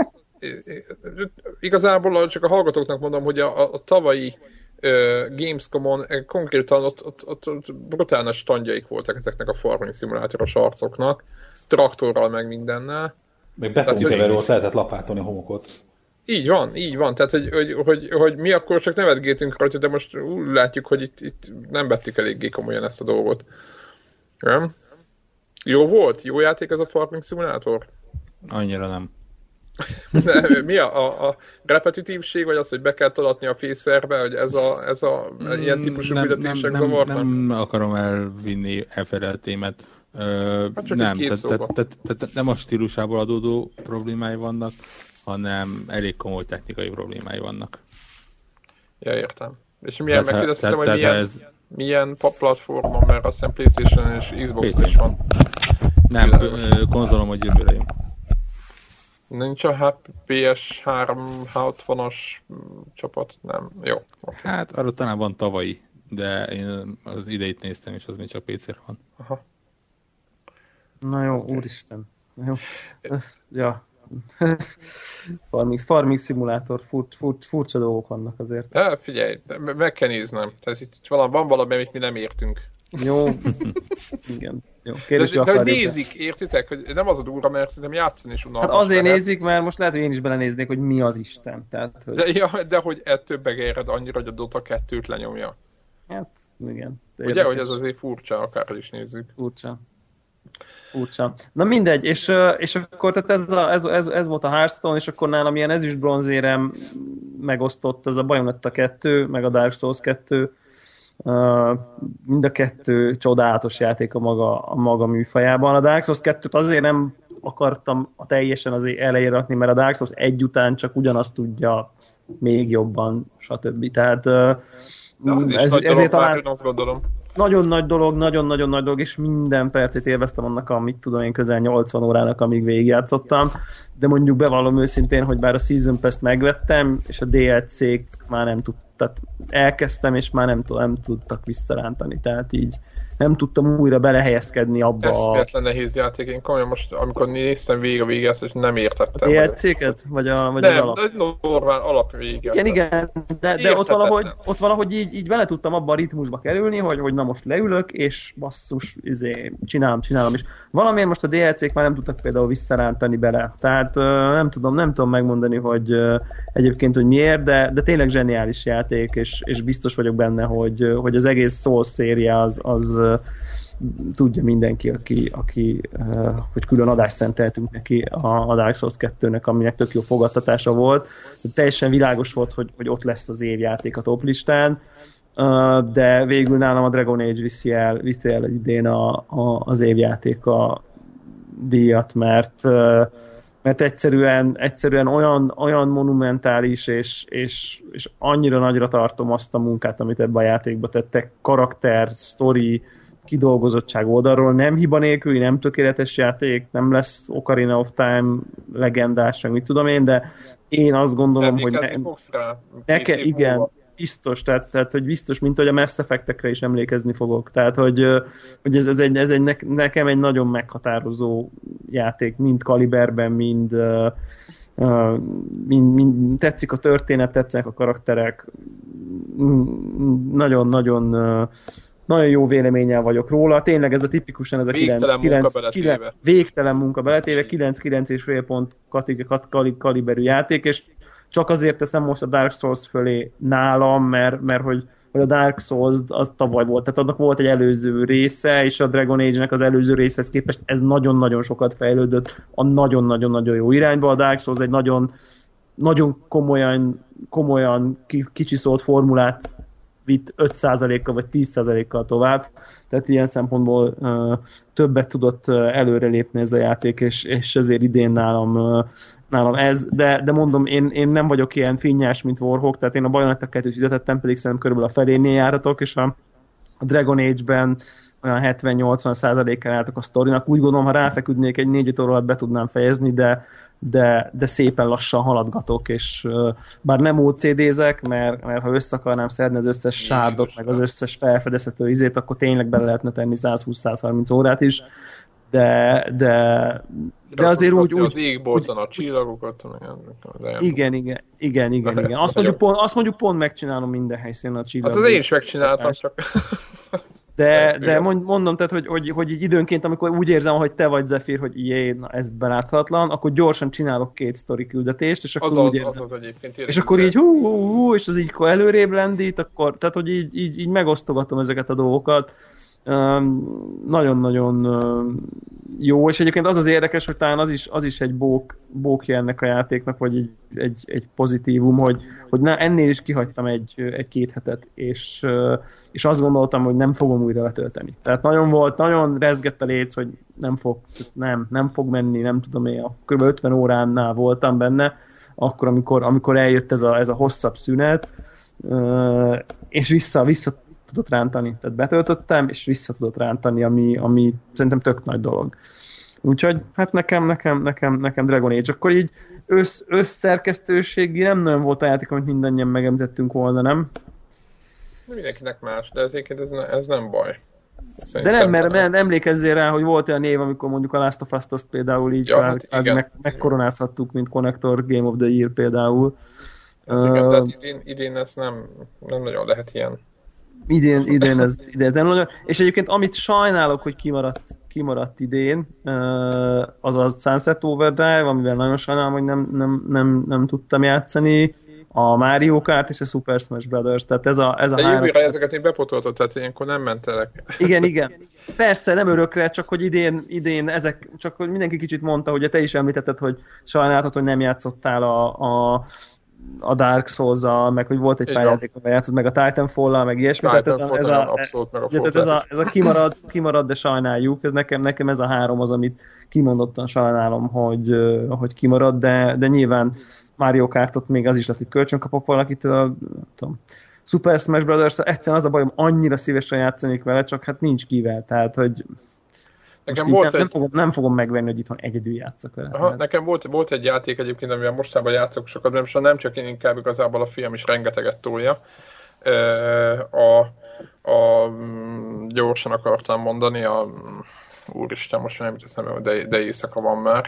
[SPEAKER 1] igazából csak a hallgatóknak mondom, hogy a tavalyi Gamescom-on konkrétan ott brutális standjaik voltak ezeknek a Farming Simulátoros arcoknak, traktorral meg mindennel.
[SPEAKER 3] Meg betonkeverőt lehetett lapátolni a homokot.
[SPEAKER 1] Így van. Tehát, hogy mi akkor csak nevetgéltünk rajta, de most látjuk, hogy itt nem vettük eléggé komolyan ezt a dolgot. Nem? Jó volt? Jó játék ez a Farming Simulator?
[SPEAKER 4] Annyira nem.
[SPEAKER 1] De mi a repetitívség, vagy az, hogy be kell tolatni a fészerbe, hogy ez a ilyen típusú fizetések zavarnak?
[SPEAKER 4] Nem akarom elvinni elfeleltémet. Nem, tehát nem a stílusából adódó problémái vannak, hanem elég komoly technikai problémái vannak.
[SPEAKER 1] Ja, értem. És milyen, megkérdeztem, hogy milyen platformon, mert azt hiszem PlayStation és Xbox is van.
[SPEAKER 4] Nem, konzolom, hogy jövőre jön.
[SPEAKER 1] Nincs a PS3 60-as csapat? Nem. Jó.
[SPEAKER 4] Okay. Hát arra talán van tavalyi, de én az ideit néztem, és az még csak PC-re van.
[SPEAKER 1] Aha.
[SPEAKER 2] Na jó, úristen. Jó. Ja. Farming Simulator, furcsa dolgok vannak azért.
[SPEAKER 1] Ja, figyelj, meg kell néznem. Tehát itt van valami, amit mi nem értünk.
[SPEAKER 2] Jó. Igen. Jó.
[SPEAKER 1] De hogy nézik, értitek? Hogy nem az a durva, mert szerintem játszani is unalmas.
[SPEAKER 2] Hát azért nézik, mert most lehet, hogy én is belenéznék, hogy mi az Isten. Tehát, hogy...
[SPEAKER 1] De hogy ettől begered annyira, hogy a Dota 2-t lenyomja.
[SPEAKER 2] Hát, igen.
[SPEAKER 1] Ugye, hogy ez azért furcsa, akár is nézzük.
[SPEAKER 2] Furcsa. Na mindegy, és akkor tehát ez volt a Hearthstone, és akkor nálam ilyen ezüst-bronzérem megosztott, ez a Bayonetta 2, meg a Dark Souls 2, mind a kettő csodálatos játék a maga műfajában. A Dark Souls 2-t azért nem akartam teljesen az elejére rakni, mert a Dark Souls 1 után csak ugyanazt tudja még jobban, stb. Tehát ezért talán
[SPEAKER 1] azt gondolom.
[SPEAKER 2] Nagyon nagy dolog, és minden percét élveztem annak a, mit tudom én, közel 80 órának, amíg végigjátszottam, de mondjuk bevallom őszintén, hogy bár a Season Pass-t megvettem, és a DLC-k már nem tudtak, elkezdtem, és már nem tudtak visszarántani, tehát így nem tudtam újra belehelyezkedni abba.
[SPEAKER 1] Eszméletlen nehéz játék, én komolyan most, amikor néztem végig a végigjátszást, nem értettem.
[SPEAKER 2] DLC-ket? Vagy az alap?
[SPEAKER 1] Nem, normál alap végigjátszás.
[SPEAKER 2] Igen, de ott valahogy így bele tudtam abba a ritmusba kerülni, hogy na most leülök, és basszus, csinálom is. Valamiért most a DLC-k már nem tudtak például visszarántani bele. Tehát nem tudom megmondani, hogy egyébként, hogy miért, de tényleg zseniális játék, és biztos vagyok benne, hogy az egész Souls széria az tudja mindenki, aki hogy külön adást szenteltünk neki a Dark Souls 2-nek, aminek tök jó fogadtatása volt. Teljesen világos volt, hogy ott lesz az évjáték a top listán, de végül nálam a Dragon Age viszi el idén az évjáték a díjat, mert egyszerűen olyan monumentális, és annyira nagyra tartom azt a munkát, amit ebbe a játékba tettek, karakter, sztori, kidolgozottság oldalról, nem hiba nélküli, nem tökéletes játék, nem lesz Ocarina of Time legendás, meg mit tudom én, de én azt gondolom, hogy igen, biztos, tehát hogy biztos, mint hogy a Mass Effect-ekre is emlékezni fogok, tehát hogy ez nekem egy nagyon meghatározó játék, mind kaliberben, mind tetszik a történet, tetszenek a karakterek, nagyon jó véleménnyel vagyok róla. Tényleg ez a tipikusan ez a végtelen munka beletéve, 9,5 pont kaliberű játék, és csak azért teszem most a Dark Souls fölé nálam, mert hogy a Dark Souls az tavaly volt, tehát annak volt egy előző része, és a Dragon Age-nek az előző részhez képest ez nagyon-nagyon sokat fejlődött a nagyon-nagyon-nagyon jó irányba. A Dark Souls egy nagyon komolyan kicsiszolt formulát vitt 5%-kal vagy 10%-kal tovább, tehát ilyen szempontból többet tudott előrelépni ez a játék, és ezért idén nálam ez, de mondom, én nem vagyok ilyen finnyás, mint Warhawk, tehát én a Bayonetta 2-t fizetettem, pedig szerintem körülbelül a felénél járatok, és a Dragon Age-ben olyan 70-80%-kal álltak a sztorinak. Úgy gondolom, ha ráfeküdnék egy 4-5 óra alatt be tudnám fejezni, de szépen lassan haladgatok, és bár nem OCD-zek, mert ha össze akarnám szedni az összes sárdot, meg az összes felfedezhető izét, akkor tényleg bele lehetne tenni 120-130 órát is, de azért úgy...
[SPEAKER 1] Az égbolton a csillagokat,
[SPEAKER 2] igen. Azt mondjuk pont megcsinálom minden helyszínen a csillagokat.
[SPEAKER 1] Hát az én is megcsináltam, csak...
[SPEAKER 2] De mondom, tehát, hogy így időnként, amikor úgy érzem, hogy te vagy Zephyr, hogy ez beláthatatlan, akkor gyorsan csinálok 2 sztori küldetést, és akkor úgy érzem. És akkor így és az így előrébb lendít, akkor, tehát, hogy így megosztogatom ezeket a dolgokat. Nagyon-nagyon jó, és egyébként az érdekes, hogy talán az is egy bókja ennek a játéknak, vagy egy pozitívum, hogy ennél is kihagytam egy-két hetet, és azt gondoltam, hogy nem fogom újra letölteni. Tehát nagyon rezgett a léc, hogy nem fog menni, nem tudom én, kb. 50 óránál voltam benne, akkor, amikor eljött ez a hosszabb szünet, és vissza tudott rántani. Tehát betöltöttem, és vissza tudott rántani, ami szerintem tök nagy dolog. Úgyhogy hát nekem Dragon Age. Akkor így összszerkesztőségi nem nagyon volt a játék, amit mindannyian megemlítettünk volna, nem?
[SPEAKER 1] Mindenkinek más, de ez nem baj.
[SPEAKER 2] Szerintem de nem, mert emlékezzél rá, hogy volt olyan név, amikor mondjuk a Last of Us-t azt például így megkoronázhattuk, mint Connector Game of the Year például.
[SPEAKER 1] Hát igen, tehát idén ez nem nagyon lehet ilyen.
[SPEAKER 2] Idén ez nem nagyon. És egyébként amit sajnálok, hogy kimaradt idén, az a Sunset Overdrive, amivel nagyon sajnálom, hogy nem tudtam játszani, a Mario Kart és a Super Smash Brothers, tehát ez a
[SPEAKER 1] de három... De ezeket még bepotoltad, tehát ilyenkor nem mentelek.
[SPEAKER 2] Igen. Persze, nem örökre, csak hogy idén ezek, csak hogy mindenki kicsit mondta, hogy te is említetted, hogy sajnálhatod, hogy nem játszottál a Dark Souls-al, meg hogy volt egy pár játék, amivel játszott, meg a Titanfall-al, meg ilyesmi. Ez a kimarad, de sajnáljuk. Nekem ez a 3 az, amit kimondottan sajnálom, hogy kimarad, de nyilván Mario Kartot még az is lesz, hogy kölcsön kapok valakitől, tudom. Super Smash Brothers, egyszerűen az a bajom, annyira szívesen játszanék vele, csak hát nincs kivel, tehát hogy nem fogom megvenni, hogy itthon egyedül játszak vele.
[SPEAKER 1] Aha, nekem volt egy játék egyébként, amivel mostában játszok sokat, de nem csak én, inkább igazából a film is rengeteget tolja. Gyorsan akartam mondani, úristen, most nem teszem, de éjszaka van már.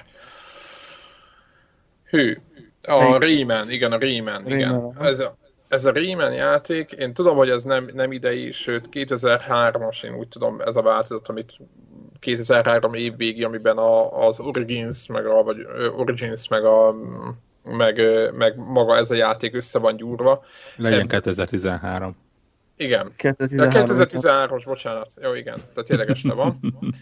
[SPEAKER 1] A Rayman, igen, a Rayman, igen. Ez a Rayman játék, én tudom, hogy ez nem idei, sőt 2003-as, én úgy tudom, ez a változat, amit 2003 év végi, amiben az Origins, meg maga ez a játék össze van gyúrva.
[SPEAKER 4] Legyen 2013.
[SPEAKER 1] Igen. 2013-os, bocsánat. Jó, igen. Tehát tényleg este van.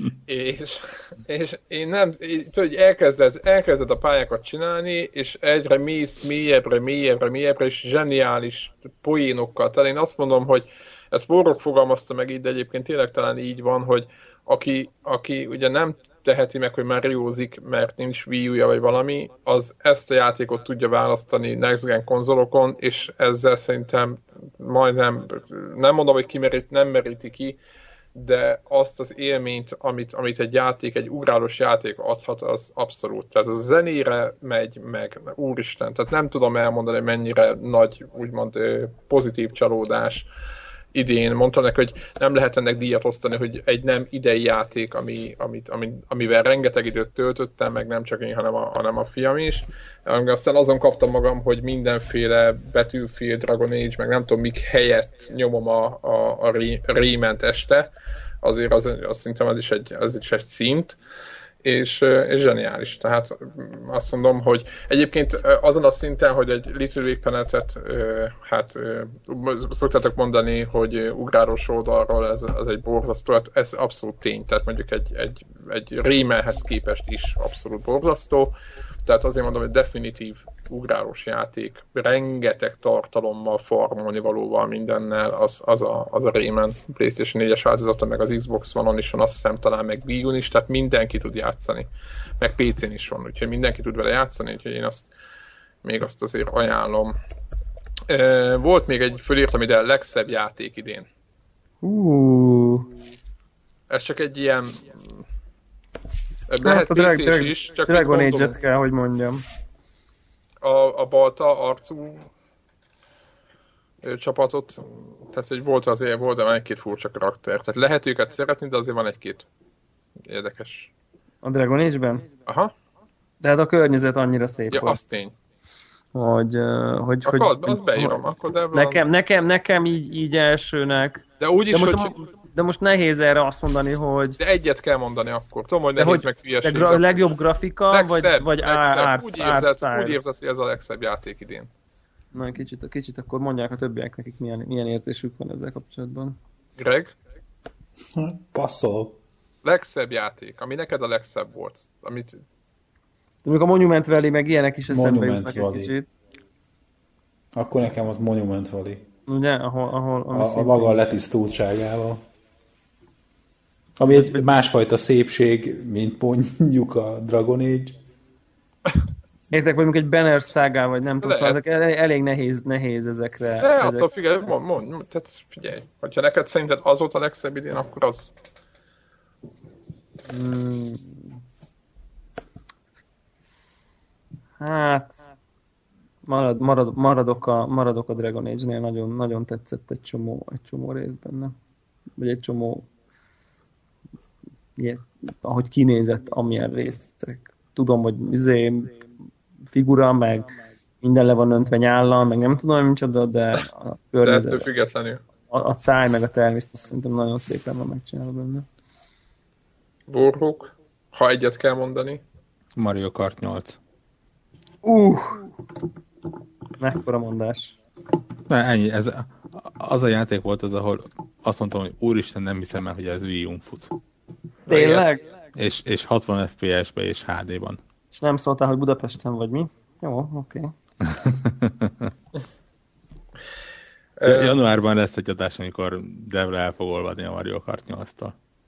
[SPEAKER 1] és én nem... Tudod, elkezded a pályákat csinálni, és egyre mész mélyebbre, és zseniális poénokkal. Tehát én azt mondom, hogy ezt Warhawk fogalmazta meg így, de egyébként tényleg talán így van, hogy aki ugye nem teheti meg, hogy Mariózik, mert nincs Wii U-ja vagy valami, az ezt a játékot tudja választani Next Gen konzolokon, és ezzel szerintem majdnem, nem mondom, hogy nem meríti ki, de azt az élményt, amit egy játék, egy ugrálós játék adhat, az abszolút. Tehát az a zenére megy meg, úristen, tehát nem tudom elmondani, mennyire nagy, úgymond pozitív csalódás idén. Mondtam neki, hogy nem lehet ennek díjat osztani, hogy egy nem idei játék, amivel rengeteg időt töltöttem, meg nem csak én, hanem a fiam is. Aztán azon kaptam magam, hogy mindenféle Battlefield, Dragon Age, meg nem tudom mik helyett nyomom a Rayman-t este. Azért azt szerintem az is egy szint. és zseniális. Tehát azt mondom, hogy egyébként azon a szinten, hogy egy Little Big Planetet, szoktátok mondani, hogy ugrálós oldalról ez egy borzasztó, hát ez abszolút tény, tehát mondjuk egy Raymanhez képest is abszolút borzasztó, tehát azért mondom, hogy definitív ugrálós játék, rengeteg tartalommal, farmolni valóval mindennel, az a Rayman PlayStation 4-es változata, meg az Xbox One-on is van, azt hiszem talán meg Wii U-n is, tehát mindenki tud játszani, meg PC-n is van, úgyhogy mindenki tud vele játszani, úgyhogy én azt azért ajánlom. Volt még fölírtam ide a legszebb játék idén. Ez csak egy ilyen...
[SPEAKER 2] Lehet PC-s is, csak Dragon Age-et kell, hogy mondjam.
[SPEAKER 1] A balta arcú csapatot, tehát hogy volt egy-két furcsa karakter. Tehát lehet őket szeretni, de azért van egy-két érdekes.
[SPEAKER 2] A Dragon Age-ben?
[SPEAKER 1] Aha.
[SPEAKER 2] De hát a környezet annyira szép
[SPEAKER 1] volt.
[SPEAKER 2] Ja,
[SPEAKER 1] az tény.
[SPEAKER 2] Hogy
[SPEAKER 1] azt beírom. Akkor
[SPEAKER 2] nekem így elsőnek.
[SPEAKER 1] De úgy is,
[SPEAKER 2] de most nehéz erre azt mondani, hogy...
[SPEAKER 1] De egyet kell mondani akkor. Tudom, hogy nehéz meg hülyeség.
[SPEAKER 2] De legjobb grafika, vagy
[SPEAKER 1] art style? Úgy érzed, hogy ez a legszebb játék idén.
[SPEAKER 2] Na, kicsit akkor mondják a többiek nekik, milyen érzésük van ezzel kapcsolatban.
[SPEAKER 1] Greg?
[SPEAKER 3] Passzol.
[SPEAKER 1] Legszebb játék, ami neked a legszebb volt. Amit...
[SPEAKER 2] De még a Monument Valley, meg ilyenek is eszembe jutnak egy kicsit.
[SPEAKER 3] Akkor nekem az Monument Valley.
[SPEAKER 2] Ugye? A
[SPEAKER 3] maga letisztultságával. Ami egy másfajta szépség, mint mondjuk a Dragon Age.
[SPEAKER 2] Értek, vagy egy Banner Saga, vagy nem tudom, ezek elég nehéz ezekre.
[SPEAKER 1] De attól figyelj, tehát figyelj, hogyha neked szerinted az volt a legszebb idén, akkor az...
[SPEAKER 2] Hát... Maradok a Dragon Age-nél, nagyon, nagyon tetszett egy csomó rész benne. Vagy egy csomó ahogy kinézett, amilyen részek. Tudom, hogy figura, meg minden le van öntve nyállal, meg nem tudom, micsoda, de a
[SPEAKER 1] környezet... De ettől függetlenül.
[SPEAKER 2] A táj, meg a termést, azt szerintem nagyon szépen van megcsinálva benne.
[SPEAKER 1] Borhók, ha egyet kell mondani.
[SPEAKER 4] Mario Kart 8.
[SPEAKER 2] Mekkora mondás.
[SPEAKER 4] Ennyi, az a játék volt az, ahol azt mondtam, hogy úristen, nem hiszem el, hogy ez Wii U-n fut.
[SPEAKER 2] Tényleg?
[SPEAKER 4] És 60 FPS-be és HD-ban.
[SPEAKER 2] És nem szóltál, hogy Budapesten vagy mi? Jó, oké.
[SPEAKER 4] Januárban lesz egy adás, amikor Debra el fog olvadni a Mario Kart 8-tól.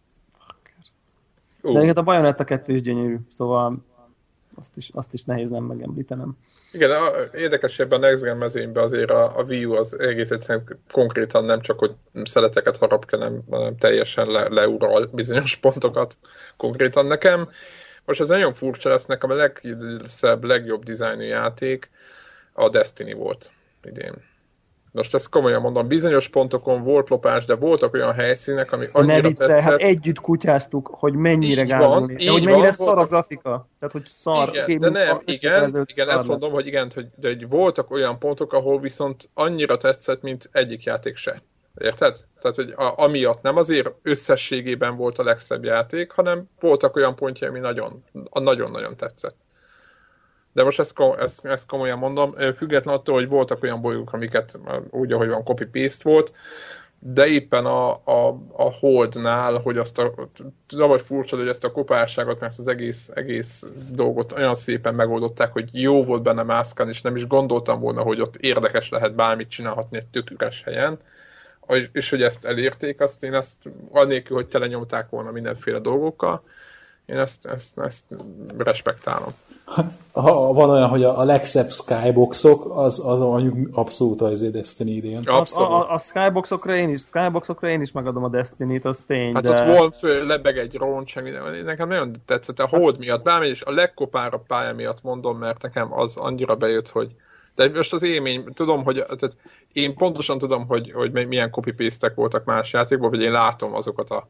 [SPEAKER 2] De egyébként a Bayonetta 2 is gyönyörű, szóval azt is nehéz nem megemlítenem.
[SPEAKER 1] Igen, érdekes ebben a Next Gen mezőnyben azért a Wii U az egész egyszerűen konkrétan nem csak, hogy szeleteket harap, hanem teljesen leural bizonyos pontokat konkrétan nekem. Most ez nagyon furcsa lesz, nekem a legszebb, legjobb dizájnú játék a Destiny volt idén. Most ezt komolyan mondom, bizonyos pontokon volt lopás, de voltak olyan helyszínek, ami annyira tetszett.
[SPEAKER 2] Hát együtt kutyáztuk, hogy mennyire gázolni. De hogy mennyire szar a grafika. Tehát, hogy szar.
[SPEAKER 1] Igen, de nem, igen, ezt mondom, hogy igen, hogy voltak olyan pontok, ahol viszont annyira tetszett, mint egyik játék se. Érted? Tehát, hogy amiatt nem azért összességében volt a legszebb játék, hanem voltak olyan pontjai, ami nagyon-nagyon tetszett. De most ezt komolyan mondom, függetlenül attól, hogy voltak olyan bolygók, amiket úgy, ahogy van, copy-paste volt, de éppen a Holdnál, hogy tudom, hogy furcsa, hogy ezt a kopárságot, mert az egész dolgot olyan szépen megoldották, hogy jó volt benne mászkálni, és nem is gondoltam volna, hogy ott érdekes lehet bármit csinálhatni egy tök üres helyen, és hogy ezt elérték, én ezt annélkül, hogy telenyomták volna mindenféle dolgokkal, én ezt respektálom.
[SPEAKER 3] Ha van olyan, hogy a legszebb skyboxok, az mondjuk abszolút az Destiny idén.
[SPEAKER 2] A skyboxokra én is megadom a Destiny-t, az tény.
[SPEAKER 1] Hát
[SPEAKER 2] de...
[SPEAKER 1] ott volt lebeg egy roncs, nekem nagyon tetszett a Hold miatt, bármi, és a legkopárabb pálya miatt mondom, mert nekem az annyira bejött, hogy de most az élmény, tudom, hogy tehát én pontosan tudom, hogy milyen copy-paste-ek voltak más játékból, vagy én látom azokat a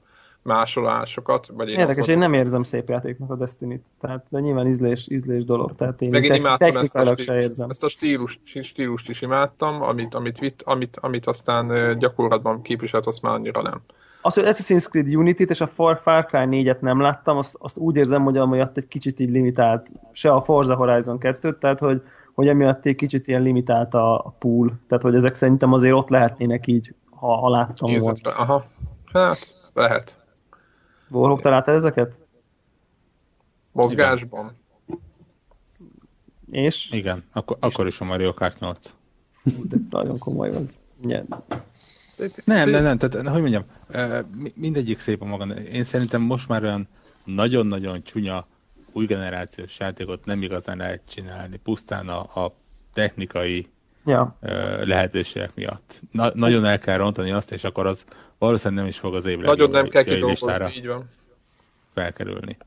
[SPEAKER 1] másolásokat. Vagy
[SPEAKER 2] érdekes, én nem érzem szép játéknak a Destiny-t. Tehát, de nyilván ízlés dolog. Tehát én
[SPEAKER 1] meg én imádtam
[SPEAKER 2] ezt
[SPEAKER 1] a stílust is imádtam, amit aztán gyakorlatban képviselt, azt már annyira nem.
[SPEAKER 2] Az, hogy Assassin's Creed Unity-t és a Far Cry 4-et nem láttam, azt úgy érzem, hogy amiatt egy kicsit így limitált, se a Forza Horizon 2-t, tehát hogy emiatt egy kicsit ilyen limitált a pool. Tehát, hogy ezek szerintem azért ott lehetnének így, ha láttam volna.
[SPEAKER 1] Aha, hát lehet.
[SPEAKER 2] Warhawk, te láttad ezeket?
[SPEAKER 1] Mozgásban?
[SPEAKER 2] És?
[SPEAKER 4] Igen, akkor is a Mario Kart 8.
[SPEAKER 2] De nagyon komoly az.
[SPEAKER 4] Nem, tehát hogy mondjam, mindegyik szép a maga. Én szerintem most már olyan nagyon-nagyon csúnya új generációs játékot nem igazán lehet csinálni, pusztán a technikai lehetőségek miatt. Nagyon el kell rontani azt, és akkor az valószínűleg nem is fog az év
[SPEAKER 1] nagyon nem kell kidolgozni, így van.
[SPEAKER 4] Felkerülni.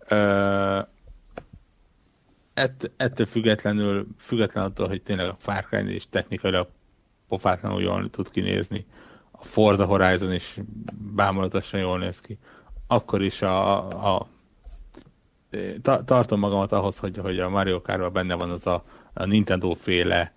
[SPEAKER 4] Ettől független attól, hogy tényleg a Far Cry is technikailag pofátlanul jól tud kinézni, a Forza Horizon is bámulatosan jól néz ki, akkor is tartom magamat ahhoz, hogy a Mario Kartban benne van az a Nintendo-féle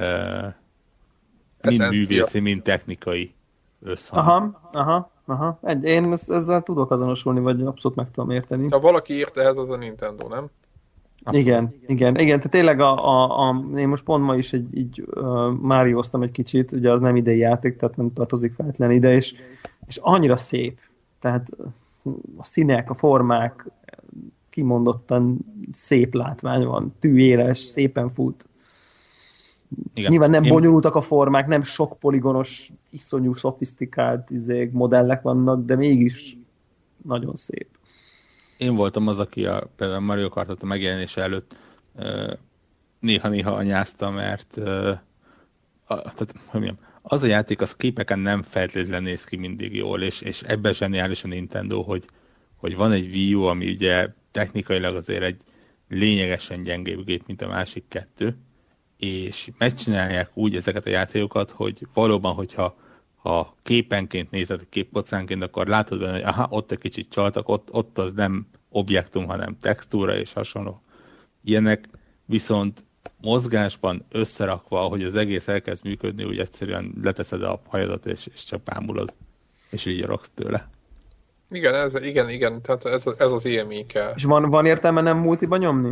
[SPEAKER 4] mind művészi, mind technikai összhang.
[SPEAKER 2] Aha. Én ezzel tudok azonosulni, vagy abszolút meg tudom érteni.
[SPEAKER 1] Ha valaki írt ehhez, az a Nintendo, nem?
[SPEAKER 2] Abszolút. Igen. Tehát tényleg én most pont ma is így Márióztam egy kicsit, ugye az nem idei játék, tehát nem tartozik feltétlen ide, és annyira szép. Tehát a színek, a formák, kimondottan szép látvány van, tűéles, szépen fut. Igen. Nyilván nem bonyolultak a formák, nem sok poligonos, iszonyú, szofisztikált modellek vannak, de mégis nagyon szép.
[SPEAKER 4] Én voltam az, aki például Mario Kartot a megjelenése előtt néha-néha anyázta, mert tehát, hogy mondjam, az a játék az képeken nem feltétlenül néz ki mindig jól, és ebben zseniális a Nintendo, hogy van egy Wii U, ami ugye technikailag azért egy lényegesen gyengébb gép, mint a másik kettő, és megcsinálják úgy ezeket a játékokat, hogy valóban, hogyha képenként nézed, képpocánként, akkor látod benne, hogy aha, ott egy kicsit csaltak, ott az nem objektum, hanem textúra és hasonló. Ilyenek viszont mozgásban összerakva, ahogy az egész elkezd működni, úgy egyszerűen leteszed a hajadat, és csak bámulod, és így rogsz tőle.
[SPEAKER 1] Igen, tehát ez az élmény kell.
[SPEAKER 2] És van értelme nem multiba nyomni?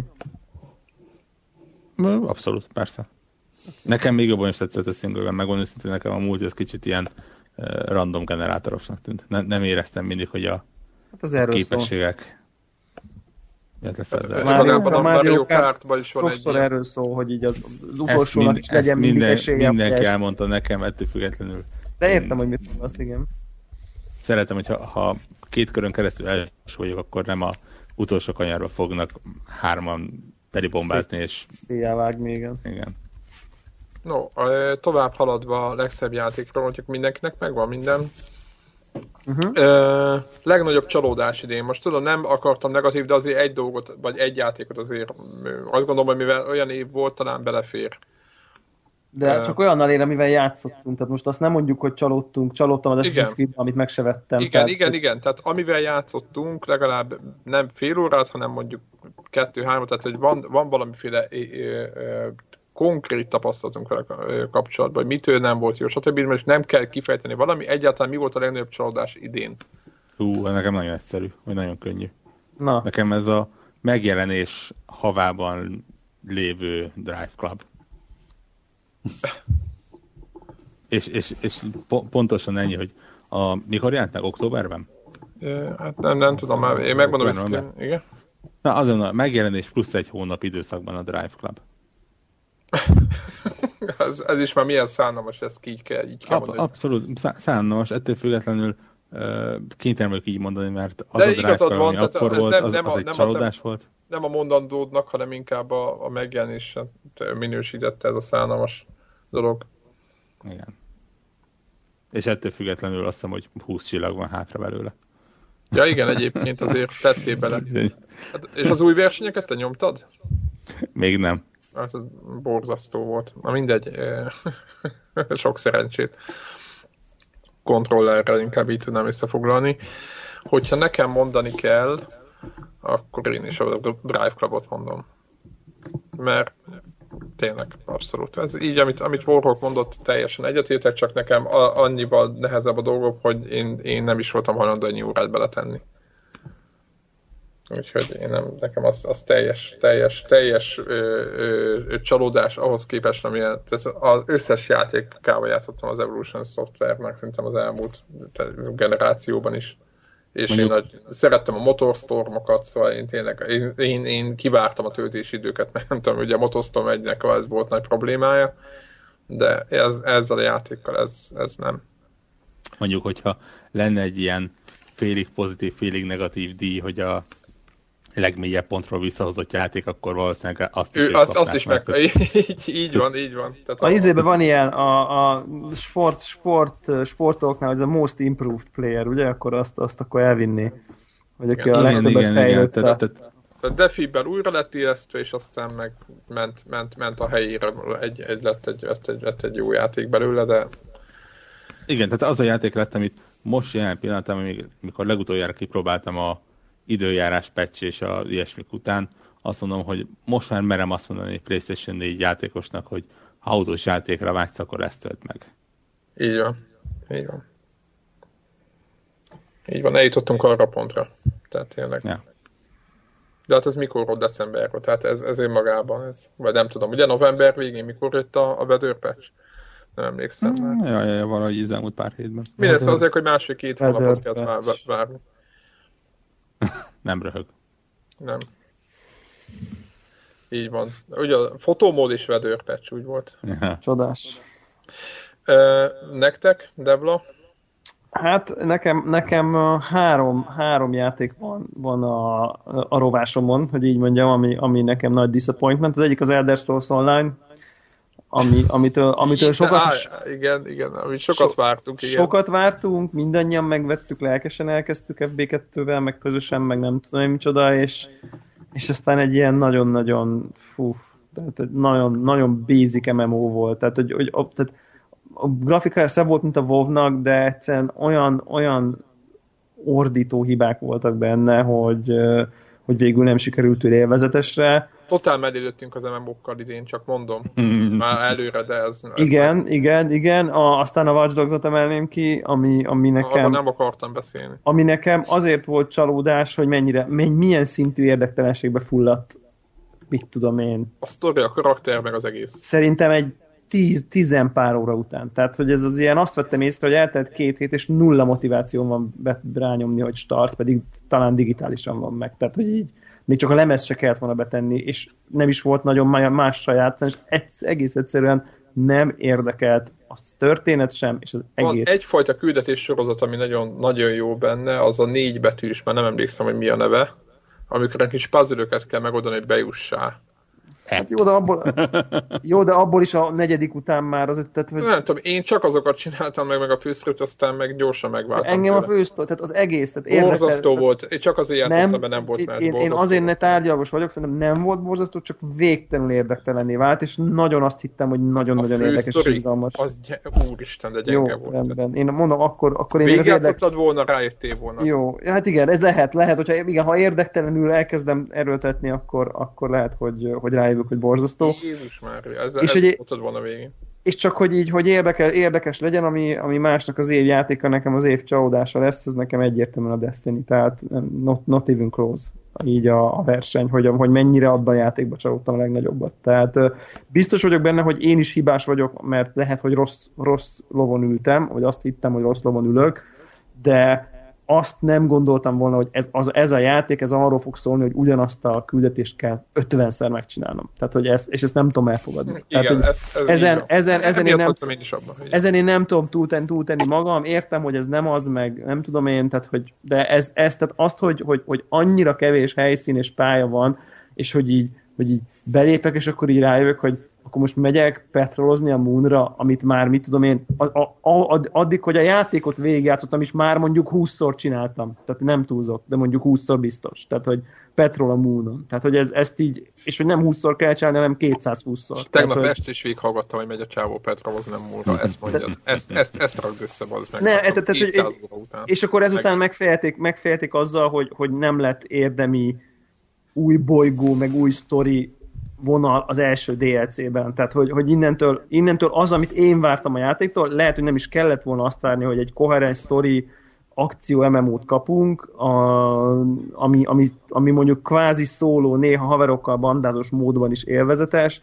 [SPEAKER 4] Abszolút, persze. Nekem még jobban is tetszett a single-ben, megmondom őszintén, nekem a multi az kicsit ilyen random generátorosnak tűnt. Nem éreztem mindig, hogy a képességek...
[SPEAKER 2] A Mario Kartban is van sokszor erről szól, hogy így az utolsónak is legyen minősége.
[SPEAKER 4] Mindenki elmondta nekem, ettől függetlenül.
[SPEAKER 2] De értem, hogy mit mondasz, igen.
[SPEAKER 4] Szeretem, hogy ha 2 körön keresztül első vagyok, akkor nem a utolsó kanyarba fognak 3-an telibombázni, és...
[SPEAKER 2] Széjjelvágni, igen.
[SPEAKER 1] No, tovább haladva a legszebb játékról, mondjuk mindenkinek megvan minden. Legnagyobb csalódás idén. Most tudom, nem akartam negatív, de azért egy dolgot, vagy egy játékot azért azt gondolom, hogy mivel olyan év volt, talán belefér.
[SPEAKER 2] De csak olyannal ér, amivel játszottunk. Tehát most azt nem mondjuk, hogy csalódtam az Assassin's Creed, amit meg se vettem.
[SPEAKER 1] Igen. Tehát amivel játszottunk, legalább nem fél órát, hanem mondjuk 2-3, tehát hogy van valamiféle konkrét tapasztalatunk vele kapcsolatban, hogy mitől nem volt jó, stb. Mert nem kell kifejteni valami. Egyáltalán mi volt a legnagyobb csalódás idén?
[SPEAKER 4] Nekem nagyon egyszerű, vagy nagyon könnyű.
[SPEAKER 2] Na.
[SPEAKER 4] Nekem ez a megjelenés havában lévő Drive Club. és pontosan ennyi, hogy mikor jelent meg? Októberben?
[SPEAKER 1] Hát nem tudom már. Én megmondom őszintén. Igen?
[SPEAKER 4] Na, azon a megjelenés plusz 1 hónap időszakban a Drive Club.
[SPEAKER 1] ez is már milyen szánalmas, ezt így kell mondani.
[SPEAKER 4] Abszolút szánalmas, ettől függetlenül kénytelen vagyok így mondani, mert az
[SPEAKER 1] de
[SPEAKER 4] a Drive Club, ami akkor volt, az egy csalódás volt.
[SPEAKER 1] Nem a mondandódnak, hanem inkább a megjelenésen minősítette ez a szánalmas dolog.
[SPEAKER 4] Igen. És ettől függetlenül azt hiszem, hogy 20 csillag van hátra belőle.
[SPEAKER 1] Ja igen, egyébként azért tettél bele. Hát, és az új versenyeket te nyomtad?
[SPEAKER 4] Még nem.
[SPEAKER 1] Hát ez borzasztó volt. Na mindegy, sok szerencsét. Kontrollerrel inkább így tudnám összefoglalni. hogyha nekem mondani kell, akkor én is a Drive Clubot mondom. Mert tényleg, abszolút. Ez így, amit Warhawk mondott, teljesen egyetértek, csak nekem annyival nehezebb a dolgok, hogy én nem is voltam hajlandó ennyi órát beletenni. Úgyhogy nekem az teljes csalódás ahhoz képest, amilyen az összes játékával játszottam az Evolution Software-nek, szerintem az elmúlt generációban is. És mondjuk... én szerettem a Motorstormokat, szóval én tényleg én kivártam a töltési időket, mert nem tudom, ugye a Motorstorm 1-nek ez volt nagy problémája, de ezzel a játékkal ez nem.
[SPEAKER 4] Mondjuk, hogyha lenne egy ilyen félig pozitív, félig negatív díj, hogy a legmélyebb pontról visszahozott játék, akkor valószínűleg azt is
[SPEAKER 1] meg. Így van. Tehát
[SPEAKER 2] a izében van ilyen, a sportoknál, hogy ez a most improved player, ugye? Akkor azt akkor elvinni. Vagy aki a legtöbbet fejlődte.
[SPEAKER 1] Tehát Defi-ben újra lett élesztve, és aztán meg ment a helyére, lett egy jó játék belőle, de...
[SPEAKER 4] Igen, tehát az a játék lett, amit most jelen pillanatban, amikor legutoljára kipróbáltam a időjárás patch és a ilyesmik után, azt mondom, hogy most már merem azt mondani PlayStation 4 játékosnak, hogy ha autós játékra vágysz, akkor ezt tölt meg.
[SPEAKER 1] Így van, eljutottunk arra a pontra. Tehát tényleg. Ja. De hát ez mikor volt decemberben? Tehát ez önmagában, vagy nem tudom, ugye november végén mikor jött a Weather patch? Nem emlékszem.
[SPEAKER 4] Ja, valahogy így elmúlt pár hétben.
[SPEAKER 1] Mindez azért, hogy másfél-két hónapot kellett várni.
[SPEAKER 4] Nem röhög.
[SPEAKER 1] Nem. Így van. Ugye a fotómód is Weather patch, úgy volt.
[SPEAKER 2] Ja. Csodás.
[SPEAKER 1] Nektek, Debla?
[SPEAKER 2] Hát nekem három játék van a rovásomon, hogy így mondjam, ami nekem nagy disappointment. Az egyik az Elder Scrolls Online, amitől sokat...
[SPEAKER 1] Igen, amit sokat vártunk. Igen.
[SPEAKER 2] Sokat vártunk, mindannyian megvettük, lelkesen elkezdtük FB2-vel, meg közösen, meg nem tudom én micsoda, és aztán egy ilyen nagyon-nagyon tehát nagyon basic MMO volt. Tehát, tehát a grafikája szebb volt, mint a WoW-nak, de egyszerűen olyan ordító hibák voltak benne, hogy végül nem sikerült élvezetesre.
[SPEAKER 1] Totál mellélőttünk az MMO-kkal idén, csak mondom. Már előre, de ez...
[SPEAKER 2] Igen. Aztán a Watch Dogs-ot emelném ki, ami nekem...
[SPEAKER 1] Arra nem akartam beszélni.
[SPEAKER 2] Ami nekem azért volt csalódás, hogy milyen szintű érdektelenségbe fulladt, mit tudom én.
[SPEAKER 1] A sztori, a karakter, meg az egész.
[SPEAKER 2] Szerintem egy 10 pár óra után. Tehát, hogy ez az ilyen, azt vettem észre, hogy eltelt 2 hét, és nulla motiváció van rányomni, hogy start, pedig talán digitálisan van meg. Tehát, hogy így még csak a lemez se kellett volna betenni, és nem is volt nagyon mással játszani, és egész egyszerűen nem érdekelt a történet sem, és az egész...
[SPEAKER 1] Van egyfajta küldetés sorozat, ami nagyon, nagyon jó benne, az a 4 betűs, már nem emlékszem, hogy mi a neve, amikor egy kis puzzle-öket kell megoldani, hogy bejussál.
[SPEAKER 2] Hát jó, de abból is a 4. után már az ötlet...
[SPEAKER 1] Nem tudom, én csak azokat csináltam meg a fősztorit, aztán meg gyorsan megváltam.
[SPEAKER 2] Engem tőle. A fősztorit, tehát az egész... Tehát
[SPEAKER 1] borzasztó volt, én csak azért játszottam, mert nem volt, mert
[SPEAKER 2] én azért ne tárgyalagos vagyok, szerintem nem volt borzasztó, csak végtelenül érdektelenné vált, és nagyon azt hittem, hogy nagyon-nagyon érdekes és izgalmas.
[SPEAKER 1] Úristen, de gyenge
[SPEAKER 2] jó,
[SPEAKER 1] volt.
[SPEAKER 2] Rendben. Én mondom, akkor én...
[SPEAKER 1] Végigjátszottad volna, rájöttél volna.
[SPEAKER 2] Jó, hát igen, ez lehet, hogyha igen, ha érdektelenül elkezdem erőltetni, akkor lehet, hogy rájövök, hogy borzasztó.
[SPEAKER 1] Jézus már, ez volna végén.
[SPEAKER 2] És csak, hogy így, hogy érdekes legyen, ami másnak az év játéka, nekem az év csalódása lesz, ez nekem egyértelműen a Destiny, tehát not even close, így a verseny, hogy mennyire abban a játékban csalódtam a legnagyobbat. Tehát biztos vagyok benne, hogy én is hibás vagyok, mert lehet, hogy rossz lovon ültem, vagy azt hittem, hogy rossz lovon ülök, de azt nem gondoltam volna, hogy ez a játék, ez arról fog szólni, hogy ugyanazt a küldetést kell 50-szer megcsinálnom. Tehát, hogy ezt nem tudom elfogadni.
[SPEAKER 1] Igen,
[SPEAKER 2] tehát, ezen én nem tudom túltenni magam, értem, hogy ez nem az, meg nem tudom én, tehát, hogy, de tehát azt, hogy annyira kevés helyszín és pálya van, és hogy így belépek, és akkor így rájövök, hogy akkor most megyek petrolozni a Moonra, amit már, mit tudom én, addig, hogy a játékot végigjátszottam, és már mondjuk 20-szor csináltam. Tehát nem túlzok, de mondjuk 20-szor biztos. Tehát, hogy petrol a Moonon. Tehát, hogy ezt így, és hogy nem 20-szor kell csinálni, hanem 220-szor.
[SPEAKER 1] Tegnap este is végighallgattam, hogy megy a csávó petrolozni a Moonra, ezt mondjad. Ezt rakd össze, bazd meg.
[SPEAKER 2] Ne, tehát, és akkor ezután megfejelték azzal, hogy nem lett érdemi új bolygó, meg új sztori vonal az első DLC-ben. Tehát, hogy innentől az, amit én vártam a játéktól, lehet, hogy nem is kellett volna azt várni, hogy egy koherens sztori akció MMO-t kapunk, ami mondjuk kvázi szóló, néha haverokkal bandázós módban is élvezetes.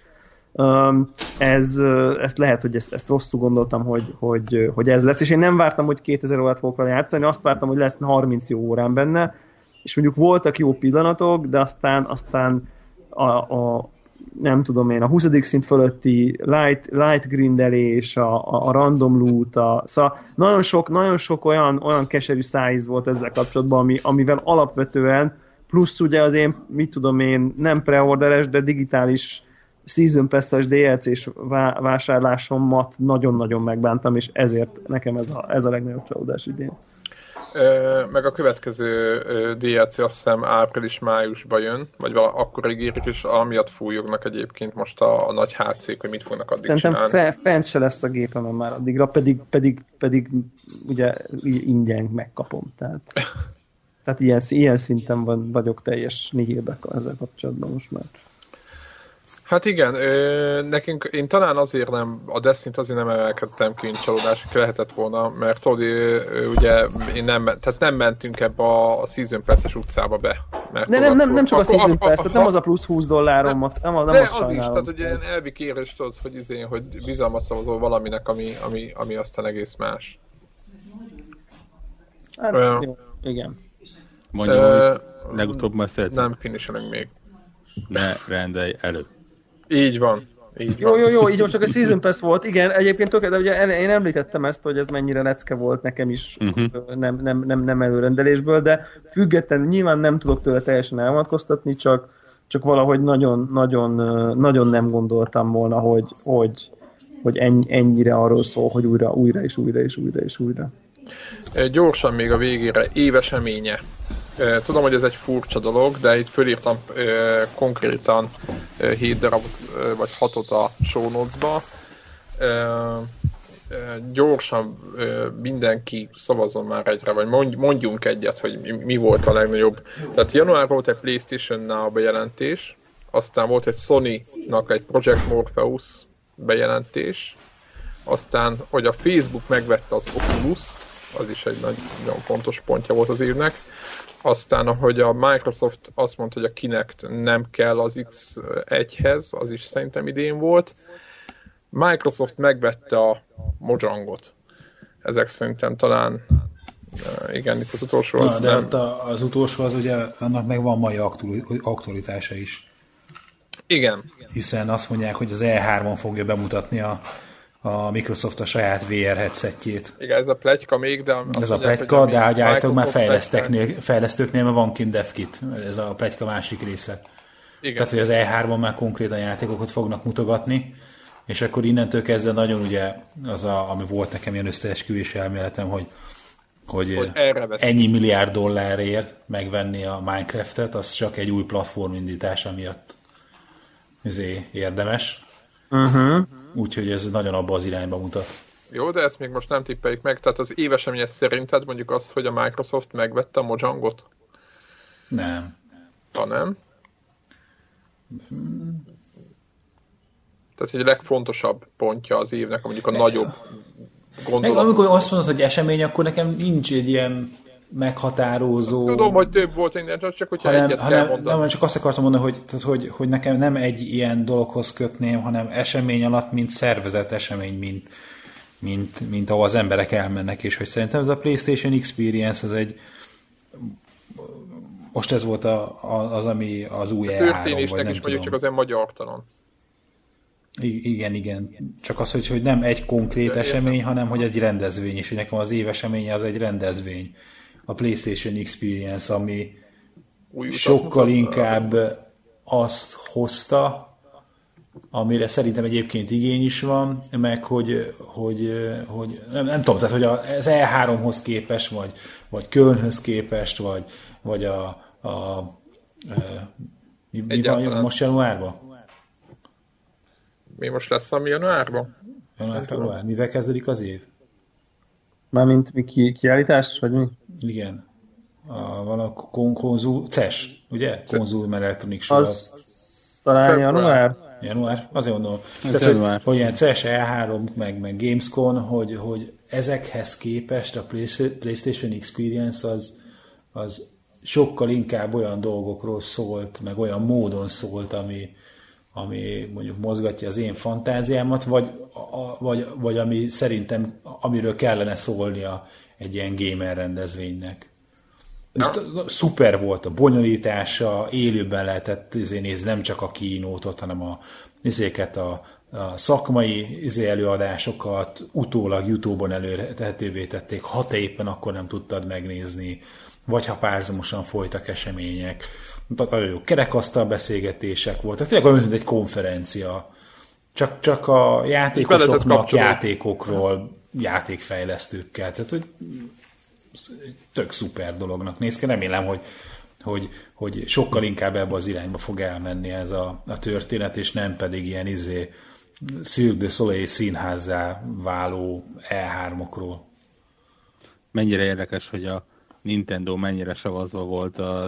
[SPEAKER 2] Ezt lehet, hogy ezt rosszul gondoltam, hogy ez lesz, és én nem vártam, hogy 2000 órát fogok vele játszani, azt vártam, hogy lesz 30 jó órán benne, és mondjuk voltak jó pillanatok, de aztán nem tudom én, a 20. szint fölötti light grindelés, a random loot, szóval nagyon sok olyan keserű szájíz volt ezzel kapcsolatban, amivel alapvetően, plusz ugye az én, mit tudom én, nem preorderes, de digitális Season Pass-es DLC-s vásárlásomat nagyon-nagyon megbántam, és ezért nekem ez a legnagyobb csalódás idén.
[SPEAKER 1] Meg a következő DLC azt hiszem április-májusban jön, vagy akkor ígérik, és amiatt fújognak egyébként most a nagy HC-k, hogy mit fognak addig
[SPEAKER 2] szerintem
[SPEAKER 1] csinálni.
[SPEAKER 2] Szerintem fent se lesz a gépemen már addigra, pedig ugye ingyen megkapom. Tehát ilyen szinten vagyok teljes nihilbe ezzel kapcsolatban most már.
[SPEAKER 1] Hát igen, nekünk, én talán azért nem, a Destiny-t azért nem emelkedtem ki, csalódásig lehetett volna, mert tudod, ugye nem mentünk ebbe a Season Pass-es utcába be. Mert
[SPEAKER 2] nem csak a Season Pass, tehát nem az a plusz $20, nem
[SPEAKER 1] de az is, tehát ugye ilyen elvi kérést tudod, hogy bizalmat szavazol valaminek, ami aztán egész más.
[SPEAKER 2] Hát, jó, igen.
[SPEAKER 4] Mondjam, hogy legutóbb már szeretem.
[SPEAKER 1] Nem finishelünk még.
[SPEAKER 4] Ne rendelj elő.
[SPEAKER 1] Így van.
[SPEAKER 2] Jó, így most csak a Season Pass volt. Igen, egyébként de ugye én említettem ezt, hogy ez mennyire lecke volt nekem is nem előrendelésből, de függetlenül nyilván nem tudok tőle teljesen elvonatkoztatni, csak valahogy nagyon nem gondoltam volna, hogy ennyire arról szól, hogy újra és újra.
[SPEAKER 1] Gyorsan még a végére, éveseménye. Tudom, hogy ez egy furcsa dolog, de itt fölírtam konkrétan 7 darabot, vagy 6-ot a show notes-ba. Gyorsan mindenki szavazzon már egyre, vagy mondjunk egyet, hogy mi volt a legnagyobb. Tehát január volt egy PlayStation Now bejelentés, aztán volt egy Sony-nak egy Project Morpheus bejelentés, aztán, hogy a Facebook megvette az Oculus-t, az is egy nagyon fontos pontja volt az évnek. Aztán, ahogy a Microsoft azt mondta, hogy a Kinect nem kell az X1-hez, az is szerintem idén volt. Microsoft megvette a Mojangot. Ezek szerintem talán, igen, itt az utolsó az
[SPEAKER 3] de nem. Az utolsó az ugye, annak meg van mai aktualitása is.
[SPEAKER 1] Igen.
[SPEAKER 3] Hiszen azt mondják, hogy az E3-on fogja bemutatni a Microsoft a saját VR headsetjét.
[SPEAKER 1] Igen, ez a pletyka még, de...
[SPEAKER 3] Ez a pletyka, de hogy állítólag már fejlesztőknél van kint DevKit. Ez a pletyka másik része. Igen. Tehát, hogy az E3-on már konkrétan játékokat fognak mutogatni, és akkor innentől kezdve nagyon ugye az, ami volt nekem ilyen összeesküvés elméletem, hogy ennyi milliárd dollárért megvenni a Minecraftet, az csak egy új platform indítása miatt érdemes. Úgyhogy ez nagyon abba az irányba mutat.
[SPEAKER 1] Jó, de ezt még most nem tippeljük meg. Tehát az éveseményes szerinted mondjuk az, hogy a Microsoft megvette a Mojangot?
[SPEAKER 3] Nem.
[SPEAKER 1] Ha nem? Tehát egy legfontosabb pontja az évnek, mondjuk a nagyobb gondolat.
[SPEAKER 3] Amikor azt mondod, hogy esemény, akkor nekem nincs egy ilyen meghatározó...
[SPEAKER 1] Tudom, hogy több volt innen, csak hogyha egyet kell mondani.
[SPEAKER 3] Nem, csak azt akartam mondani, hogy nekem nem egy ilyen dologhoz kötném, hanem esemény alatt, mint szervezett esemény, mint ahol az emberek elmennek, és hogy szerintem ez a PlayStation Experience az egy... Most ez volt az, ami az új E3,
[SPEAKER 1] történésnek is mondjuk csak az ilyen magyartalan.
[SPEAKER 3] Igen. Csak az, hogy nem egy konkrét esemény, hanem hogy egy rendezvény, és hogy nekem az éveseménye az egy rendezvény. A PlayStation Experience, ami sokkal inkább azt hozta, amire szerintem egyébként igény is van, meg hogy nem tudom, tehát hogy az E3-hoz képest, vagy Kölnhöz képest, vagy mi van most januárban?
[SPEAKER 1] Mi most lesz ami januárban?
[SPEAKER 3] Január. Mivel kezdődik az év?
[SPEAKER 2] Mármint kiállítás, vagy mi?
[SPEAKER 3] Igen. Van a konzul, CES, ugye? Consumer Electronics Show.
[SPEAKER 2] Az talán január?
[SPEAKER 3] Január, azért mondom. Tehát, hogy ilyen CES, E3, meg Gamescom, hogy ezekhez képest a PlayStation Experience az sokkal inkább olyan dolgokról szólt, meg olyan módon szólt, ami mondjuk mozgatja az én fantáziámat, vagy ami szerintem, amiről kellene szólnia egy ilyen gamer rendezvénynek. Szuper volt a bonyolítása, élőben lehetett nézni nem csak a kínótot, hanem a szakmai előadásokat utólag YouTube-on elérhetővé tették, ha te éppen akkor nem tudtad megnézni, vagy ha párhuzamosan folytak események. Nagyon jó kerekasztal beszélgetések voltak, tényleg olyan, mint egy konferencia. Csak a játékosoknak, játékokról, játékfejlesztőkkel. Tehát, hogy tök szuper dolognak néz ki. Remélem, hogy sokkal inkább ebbe az irányba fog elmenni ez a történet, és nem pedig ilyen Cirque du Soleil színházzá váló E3-okról.
[SPEAKER 4] Mennyire érdekes, hogy a Nintendo mennyire savazva volt a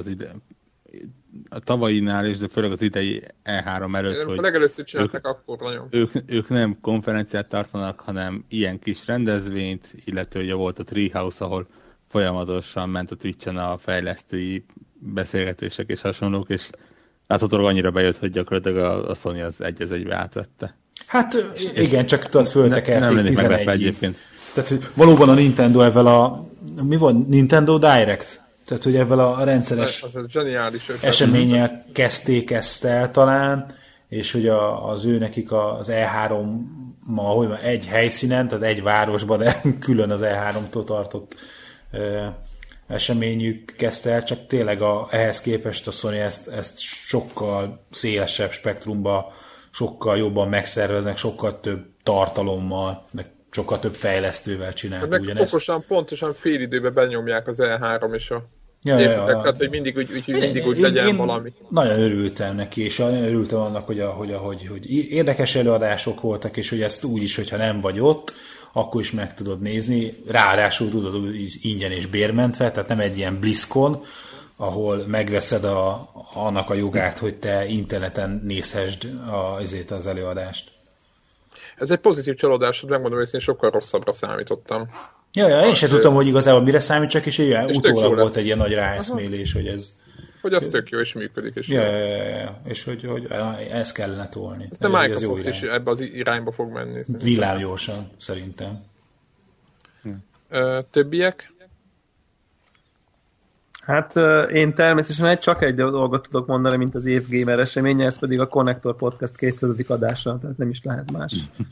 [SPEAKER 4] tavainál, és de főleg az idei E3 előtt, hogy
[SPEAKER 1] legelőször csinálták akkor nagyon.
[SPEAKER 4] Ők nem konferenciát tartanak, hanem ilyen kis rendezvényt, illetve ugye volt a Treehouse, ahol folyamatosan ment a Twitch-en a fejlesztői beszélgetések és hasonlók, és láthatólag annyira bejött, hogy gyakorlatilag a Sony az egy-egybe átvette.
[SPEAKER 3] Hát igen, csak tudod, föltekerték 11-ig.
[SPEAKER 4] Egyébként.
[SPEAKER 3] Tehát, hogy valóban a Nintendo ezzel mi van? Nintendo Direct? Tehát, hogy ezzel a rendszeres eseménnyel kezdték ezt el talán, és hogy az ő nekik az E3 egy helyszínen, tehát egy városban, de külön az E3-tól tartott eseményük kezdte el, csak tényleg ehhez képest a Sony ezt sokkal szélesebb spektrumba, sokkal jobban megszerveznek, sokkal több tartalommal, meg sokkal több fejlesztővel csinálta ugyanezt.
[SPEAKER 1] Okosan, pontosan fél időben benyomják az E3 és a tehát, hogy mindig úgy legyen valami.
[SPEAKER 3] Nagyon örültem neki, és nagyon örültem annak, hogy érdekes előadások voltak, és hogy ezt úgy is, hogyha nem vagy ott, akkor is meg tudod nézni. Ráadásul tudod ingyen és bérmentve, tehát nem egy ilyen BlizzCon, ahol megveszed annak a jogát, hogy te interneten nézhessd az előadást.
[SPEAKER 1] Ez egy pozitív csalódás, hogy megmondom, hogy én sokkal rosszabbra számítottam.
[SPEAKER 3] Én sem tudtam, hogy igazából mire számítsak, és utólag volt egy ilyen nagy ráeszmélés, hogy ez...
[SPEAKER 1] Hogy az tök jó, és működik. És
[SPEAKER 3] és hogy ezt kellene tolni.
[SPEAKER 1] Ezt a Microsoft is ebbe az irányba fog menni.
[SPEAKER 3] Villámgyorsan, szerintem.
[SPEAKER 1] Többiek?
[SPEAKER 2] Hát én természetesen csak egy dolgot tudok mondani, mint az év gamer eseménye, ez pedig a Connector Podcast 200. adása, tehát nem is lehet más.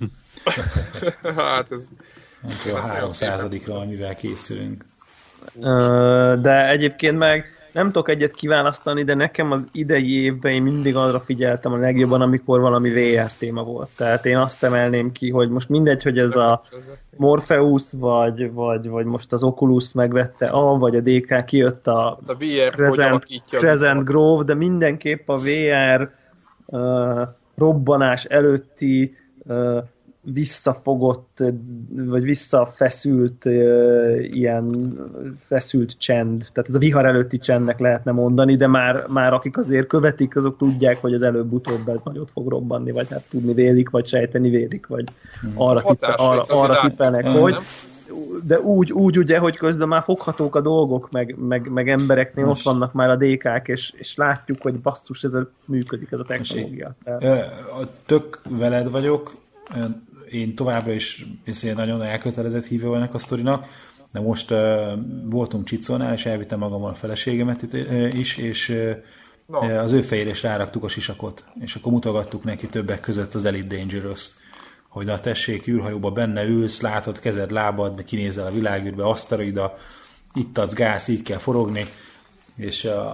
[SPEAKER 1] Hát ez...
[SPEAKER 3] A 300-ra, amivel készülünk.
[SPEAKER 2] De egyébként meg nem tudok egyet kiválasztani, de nekem az idei évben én mindig arra figyeltem a legjobban, amikor valami VR téma volt. Tehát én azt emelném ki, hogy most mindegy, hogy ez a Morpheus, vagy most az Oculus megvette vagy a DK kijött a Crescent Grove, de mindenképp a VR robbanás előtti visszafogott, vagy visszafeszült ilyen feszült csend. Tehát ez a vihar előtti csendnek lehetne mondani, de már akik azért követik, azok tudják, hogy az előbb-utóbb ez nagyot fog robbanni, vagy hát tudni vélik, vagy sejteni vélik, vagy arra tippelnek, hogy. De úgy ugye, hogy közben már foghatók a dolgok, meg embereknél ott vannak már a DK-k, és látjuk, hogy basszus, ez működik ez a technológia.
[SPEAKER 3] Tök veled vagyok, én továbbra is nagyon elkötelezett hívő ennek a sztorinak, de most voltunk Csicónál, és elvittem magammal a feleségemet is, és az ő fejére is ráraktuk a sisakot, és akkor mutogattuk neki többek között az Elite Dangerous-t, hogy na tessék, űrhajóba benne ülsz, látod kezed, lábad, meg kinézel a világűrbe, aszteroida, itt adsz gáz, így kell forogni, és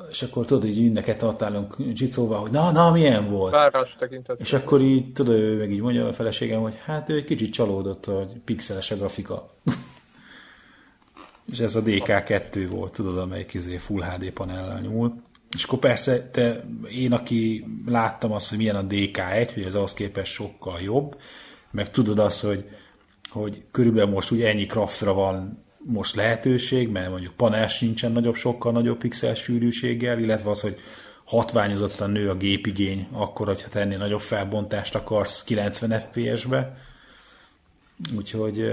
[SPEAKER 3] és akkor tudod, így ünneket adtálunk Zsicóval, hogy na, milyen volt?
[SPEAKER 1] Várás tekintet.
[SPEAKER 3] És akkor így, tudod, ő meg így mondja a feleségem, hogy hát ő egy kicsit csalódott, hogy pixeles a grafika. És ez a DK2 volt, tudod, amelyik Full HD panellel nyúl. És akkor persze én, aki láttam azt, hogy milyen a DK1, hogy ez ahhoz képest sokkal jobb, meg tudod azt, hogy körülbelül most ugye ennyi craftra van most lehetőség, mert mondjuk panel nincsen sokkal nagyobb pixel sűrűséggel, illetve az, hogy hatványozottan nő a gépigény, akkor, hogyha tenni nagyobb felbontást akarsz 90 FPS-be. Úgyhogy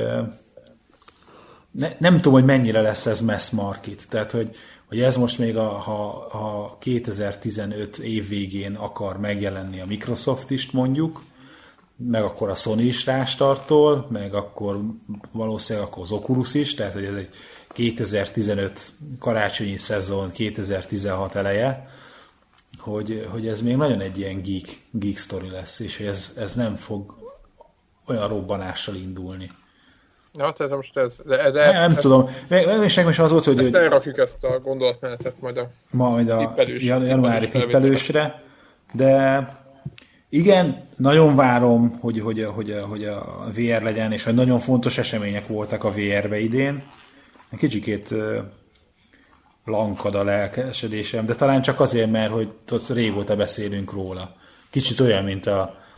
[SPEAKER 3] nem tudom, hogy mennyire lesz ez mass market. Tehát, hogy ez most még ha 2015 év végén akar megjelenni a Microsoft is mondjuk, meg akkor a Sony is rástartol, meg akkor valószínűleg akkor az Oculus is, tehát hogy ez egy 2015 karácsonyi szezon, 2016 eleje, hogy ez még nagyon egy ilyen geek sztori lesz, és hogy ez nem fog olyan robbanással indulni.
[SPEAKER 1] Ja, tehát most ez...
[SPEAKER 3] nem tudom. És nekem is az volt, hogy...
[SPEAKER 1] Ezt elrakjuk ezt a gondolatmenetet majd a
[SPEAKER 3] januári tippelősre, de igen, nagyon várom, hogy a VR legyen, és hogy nagyon fontos események voltak a VR-be idén. Kicsikét lankad a lelkesedésem, de talán csak azért, mert hogy régóta beszélünk róla. Kicsit olyan, mint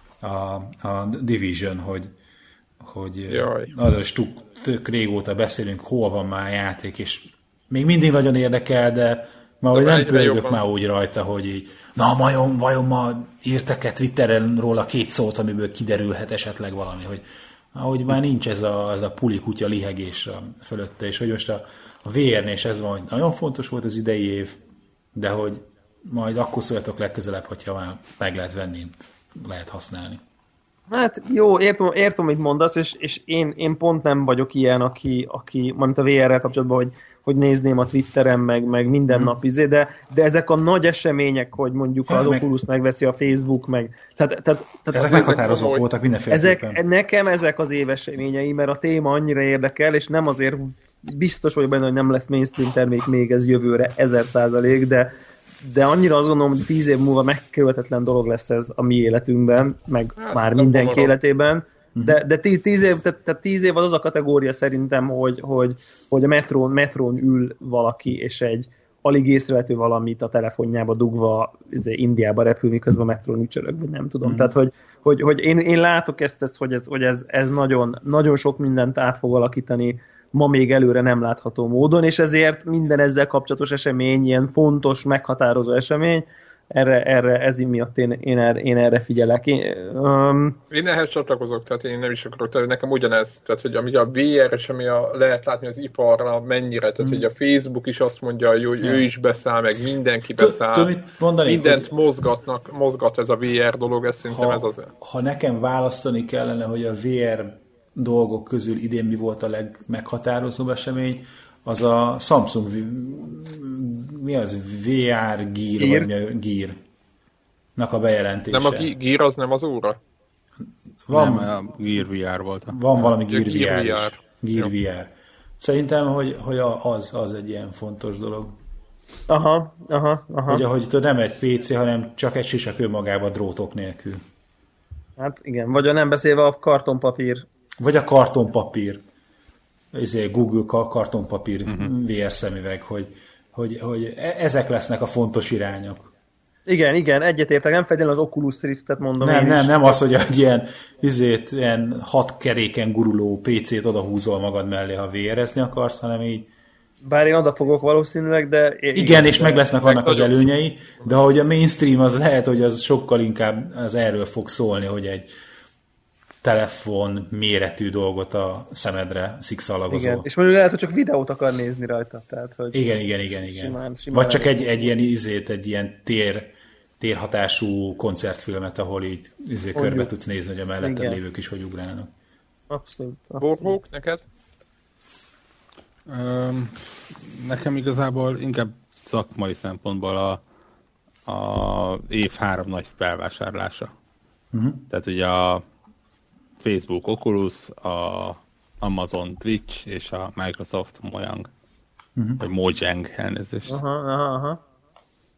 [SPEAKER 3] a Division, hogy arról is tök régóta beszélünk, hol van már a játék, és még mindig nagyon érdekel, de már nem pörgök már úgy rajta, hogy így, na vajon ma írtak-e Twitteren róla 2 szót, amiből kiderülhet esetleg valami, hogy már nincs ez a puli kutya lihegés fölötte, és hogy most a VR-nél is ez van, hogy nagyon fontos volt az idei év, de hogy majd akkor szóljatok legközelebb, hogyha már meg lehet venni, lehet használni.
[SPEAKER 2] Hát jó, értem, mit mondasz, és én pont nem vagyok ilyen, aki mondta a VR-rel kapcsolatban, hogy nézném a Twitteren, meg minden nap de ezek a nagy események, hogy mondjuk az Oculus megveszi a Facebook, meg... Tehát
[SPEAKER 3] ezek meghatározók voltak mindenféleképpen.
[SPEAKER 2] Nekem ezek az éveseményei, mert a téma annyira érdekel, és nem azért biztos vagyok benne, hogy nem lesz mainstream termék még ez jövőre 1000%, de annyira azt gondolom, hogy 10 év múlva megkerülhetetlen dolog lesz ez a mi életünkben, meg már mindenki életében. De 10 év az a kategória szerintem, hogy a metrón ül valaki, és egy alig észrevető valamit a telefonjába dugva Indiába repül, miközben a metrón ücsörög, vagy nem tudom. Tehát, hogy én látok ezt hogy ez nagyon, nagyon sok mindent át fog alakítani ma még előre nem látható módon, és ezért minden ezzel kapcsolatos esemény, ilyen fontos, meghatározó esemény, ez miatt én erre figyelek.
[SPEAKER 1] Én ehhez csatlakozok, tehát én nem is akarok, tehát nekem ugyanez, tehát hogy ami a VR és ami lehet látni az iparra mennyire, tehát hogy a Facebook is azt mondja, hogy ő is beszáll, meg mindenki beszáll, mindent mozgat ez a VR dolog, ez szerintem ez az.
[SPEAKER 3] Ha nekem választani kellene, hogy a VR dolgok közül idén mi volt a legmeghatározóbb esemény, az a Samsung mi az? VR Gear? Vagy Gear-nak a bejelentése.
[SPEAKER 1] Nem a Gear az nem az óra?
[SPEAKER 4] Nem, a Gear VR volt.
[SPEAKER 3] Van valami Gear VR is. Gear VR. Szerintem, hogy az egy ilyen fontos dolog.
[SPEAKER 2] Aha.
[SPEAKER 3] Hogy tudod, nem egy PC, hanem csak egy sisak önmagában drótok nélkül.
[SPEAKER 2] Hát igen, vagy nem beszélve a kartonpapír.
[SPEAKER 3] Vagy a kartonpapír. Google kartonpapír VR szemüveg, hogy ezek lesznek a fontos irányok.
[SPEAKER 2] Igen, egyetértek, nem feltétlenül az Oculus Riftet mondom.
[SPEAKER 3] Nem az, hogy egy ilyen 6 keréken guruló PC-t odahúzol magad mellé, ha VR-ezni akarsz, hanem így...
[SPEAKER 2] Bár én oda fogok valószínűleg, de...
[SPEAKER 3] Igen, és meg lesznek annak az előnyei, de ahogy a mainstream az lehet, hogy az sokkal inkább az erről fog szólni, hogy egy telefon méretű dolgot a szemedre szikszalagozol.
[SPEAKER 2] Igen, és mondjuk lehet, hogy csak videót akar nézni rajta. Tehát, hogy
[SPEAKER 3] igen.
[SPEAKER 2] Simán
[SPEAKER 3] vagy csak egy ilyen térhatású koncertfilmet, ahol így körbe tudsz nézni, hogy a melletted lévők is hogy ugrálnak.
[SPEAKER 2] Abszolút.
[SPEAKER 1] Borgók, neked?
[SPEAKER 4] Nekem igazából inkább szakmai szempontból a év 3 nagy felvásárlása. Tehát ugye a Facebook Oculus, a Amazon Twitch és a Microsoft Mojang. Vagy Mojang elnézést.
[SPEAKER 2] Aha.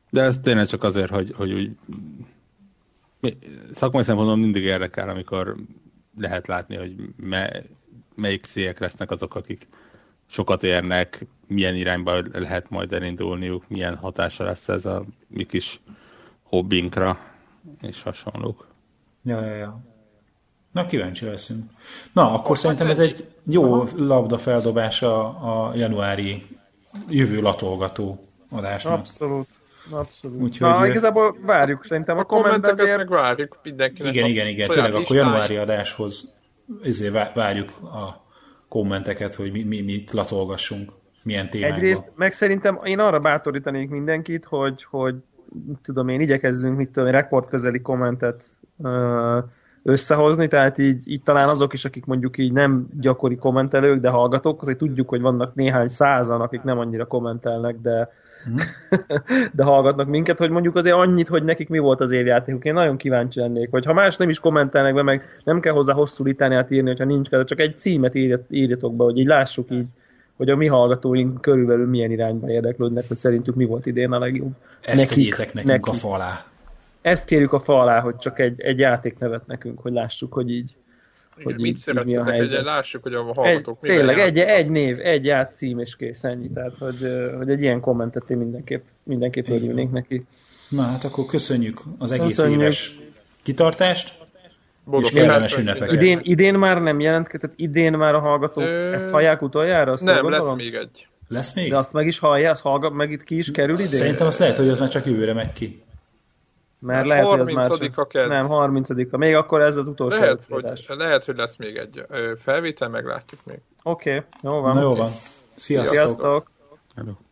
[SPEAKER 4] De ez tényleg csak azért, hogy úgy szakmai szempontból mindig érdekel, amikor lehet látni, hogy melyik cégek lesznek azok, akik sokat érnek, milyen irányba lehet majd elindulniuk, milyen hatása lesz ez a mi kis hobbinkra, és hasonlók.
[SPEAKER 3] Ja. Na, kíváncsi leszünk. Na, akkor szerintem ez egy jó labdafeldobás a januári jövő latolgató adásnak.
[SPEAKER 2] Abszolút.
[SPEAKER 3] Úgyhogy
[SPEAKER 2] igazából várjuk szerintem a kommenteket
[SPEAKER 1] azért... meg várjuk mindenkinek.
[SPEAKER 3] Igen. Tényleg akkor januári adáshoz várjuk a kommenteket, hogy mit latolgassunk, milyen témákban.
[SPEAKER 2] Egyrészt, meg szerintem én arra bátorítanék mindenkit, hogy tudom én, igyekezzünk, rekord közeli kommentet összehozni, tehát így talán azok is, akik mondjuk így nem gyakori kommentelők, de hallgatók, azért tudjuk, hogy vannak néhány százan, akik nem annyira kommentelnek, de hallgatnak minket, hogy mondjuk azért annyit, hogy nekik mi volt az évjátékuk. Én nagyon kíváncsi lennék, hogy ha más nem is kommentelnek be, meg nem kell hozzá hosszú litániát írni, hogyha nincs kell, csak egy címet írjatok be, hogy így lássuk így, hogy a mi hallgatóink körülbelül milyen irányba érdeklődnek, hogy szerintük mi volt idén a legjobb.
[SPEAKER 3] Ezt tegyétek nekünk a fa alá.
[SPEAKER 2] Ezt kérjük a fa alá, hogy csak egy játéknevet nekünk, hogy lássuk, hogy így
[SPEAKER 1] hogy mit szerettetek, hogy lássuk, hogy a hallgatók
[SPEAKER 2] tényleg egy név, egy játszím és kész, ennyi. Tehát, hogy egy ilyen kommentet én mindenképp örülnénk neki.
[SPEAKER 3] Na hát akkor köszönjük az egész éves kitartást, és kellemes ünnepeket.
[SPEAKER 2] Idén már nem jelentkezett, idén már a hallgatók ezt hallják utoljára?
[SPEAKER 1] Nem, lesz még egy.
[SPEAKER 3] Lesz még?
[SPEAKER 2] De azt meg is hallja, azt hallgat, meg itt ki is kerül idén?
[SPEAKER 3] Szerintem azt lehet, hogy az már csak jövőre megy ki.
[SPEAKER 2] Mert lehet, hogy az már csak... Nem, 30-a. Még akkor ez az utolsó
[SPEAKER 1] lehet, hogy lesz még egy felvétel, meglátjuk még.
[SPEAKER 2] Oké, jó van.
[SPEAKER 3] Na jó van. Sziasztok.
[SPEAKER 2] Sziasztok.
[SPEAKER 4] Hello.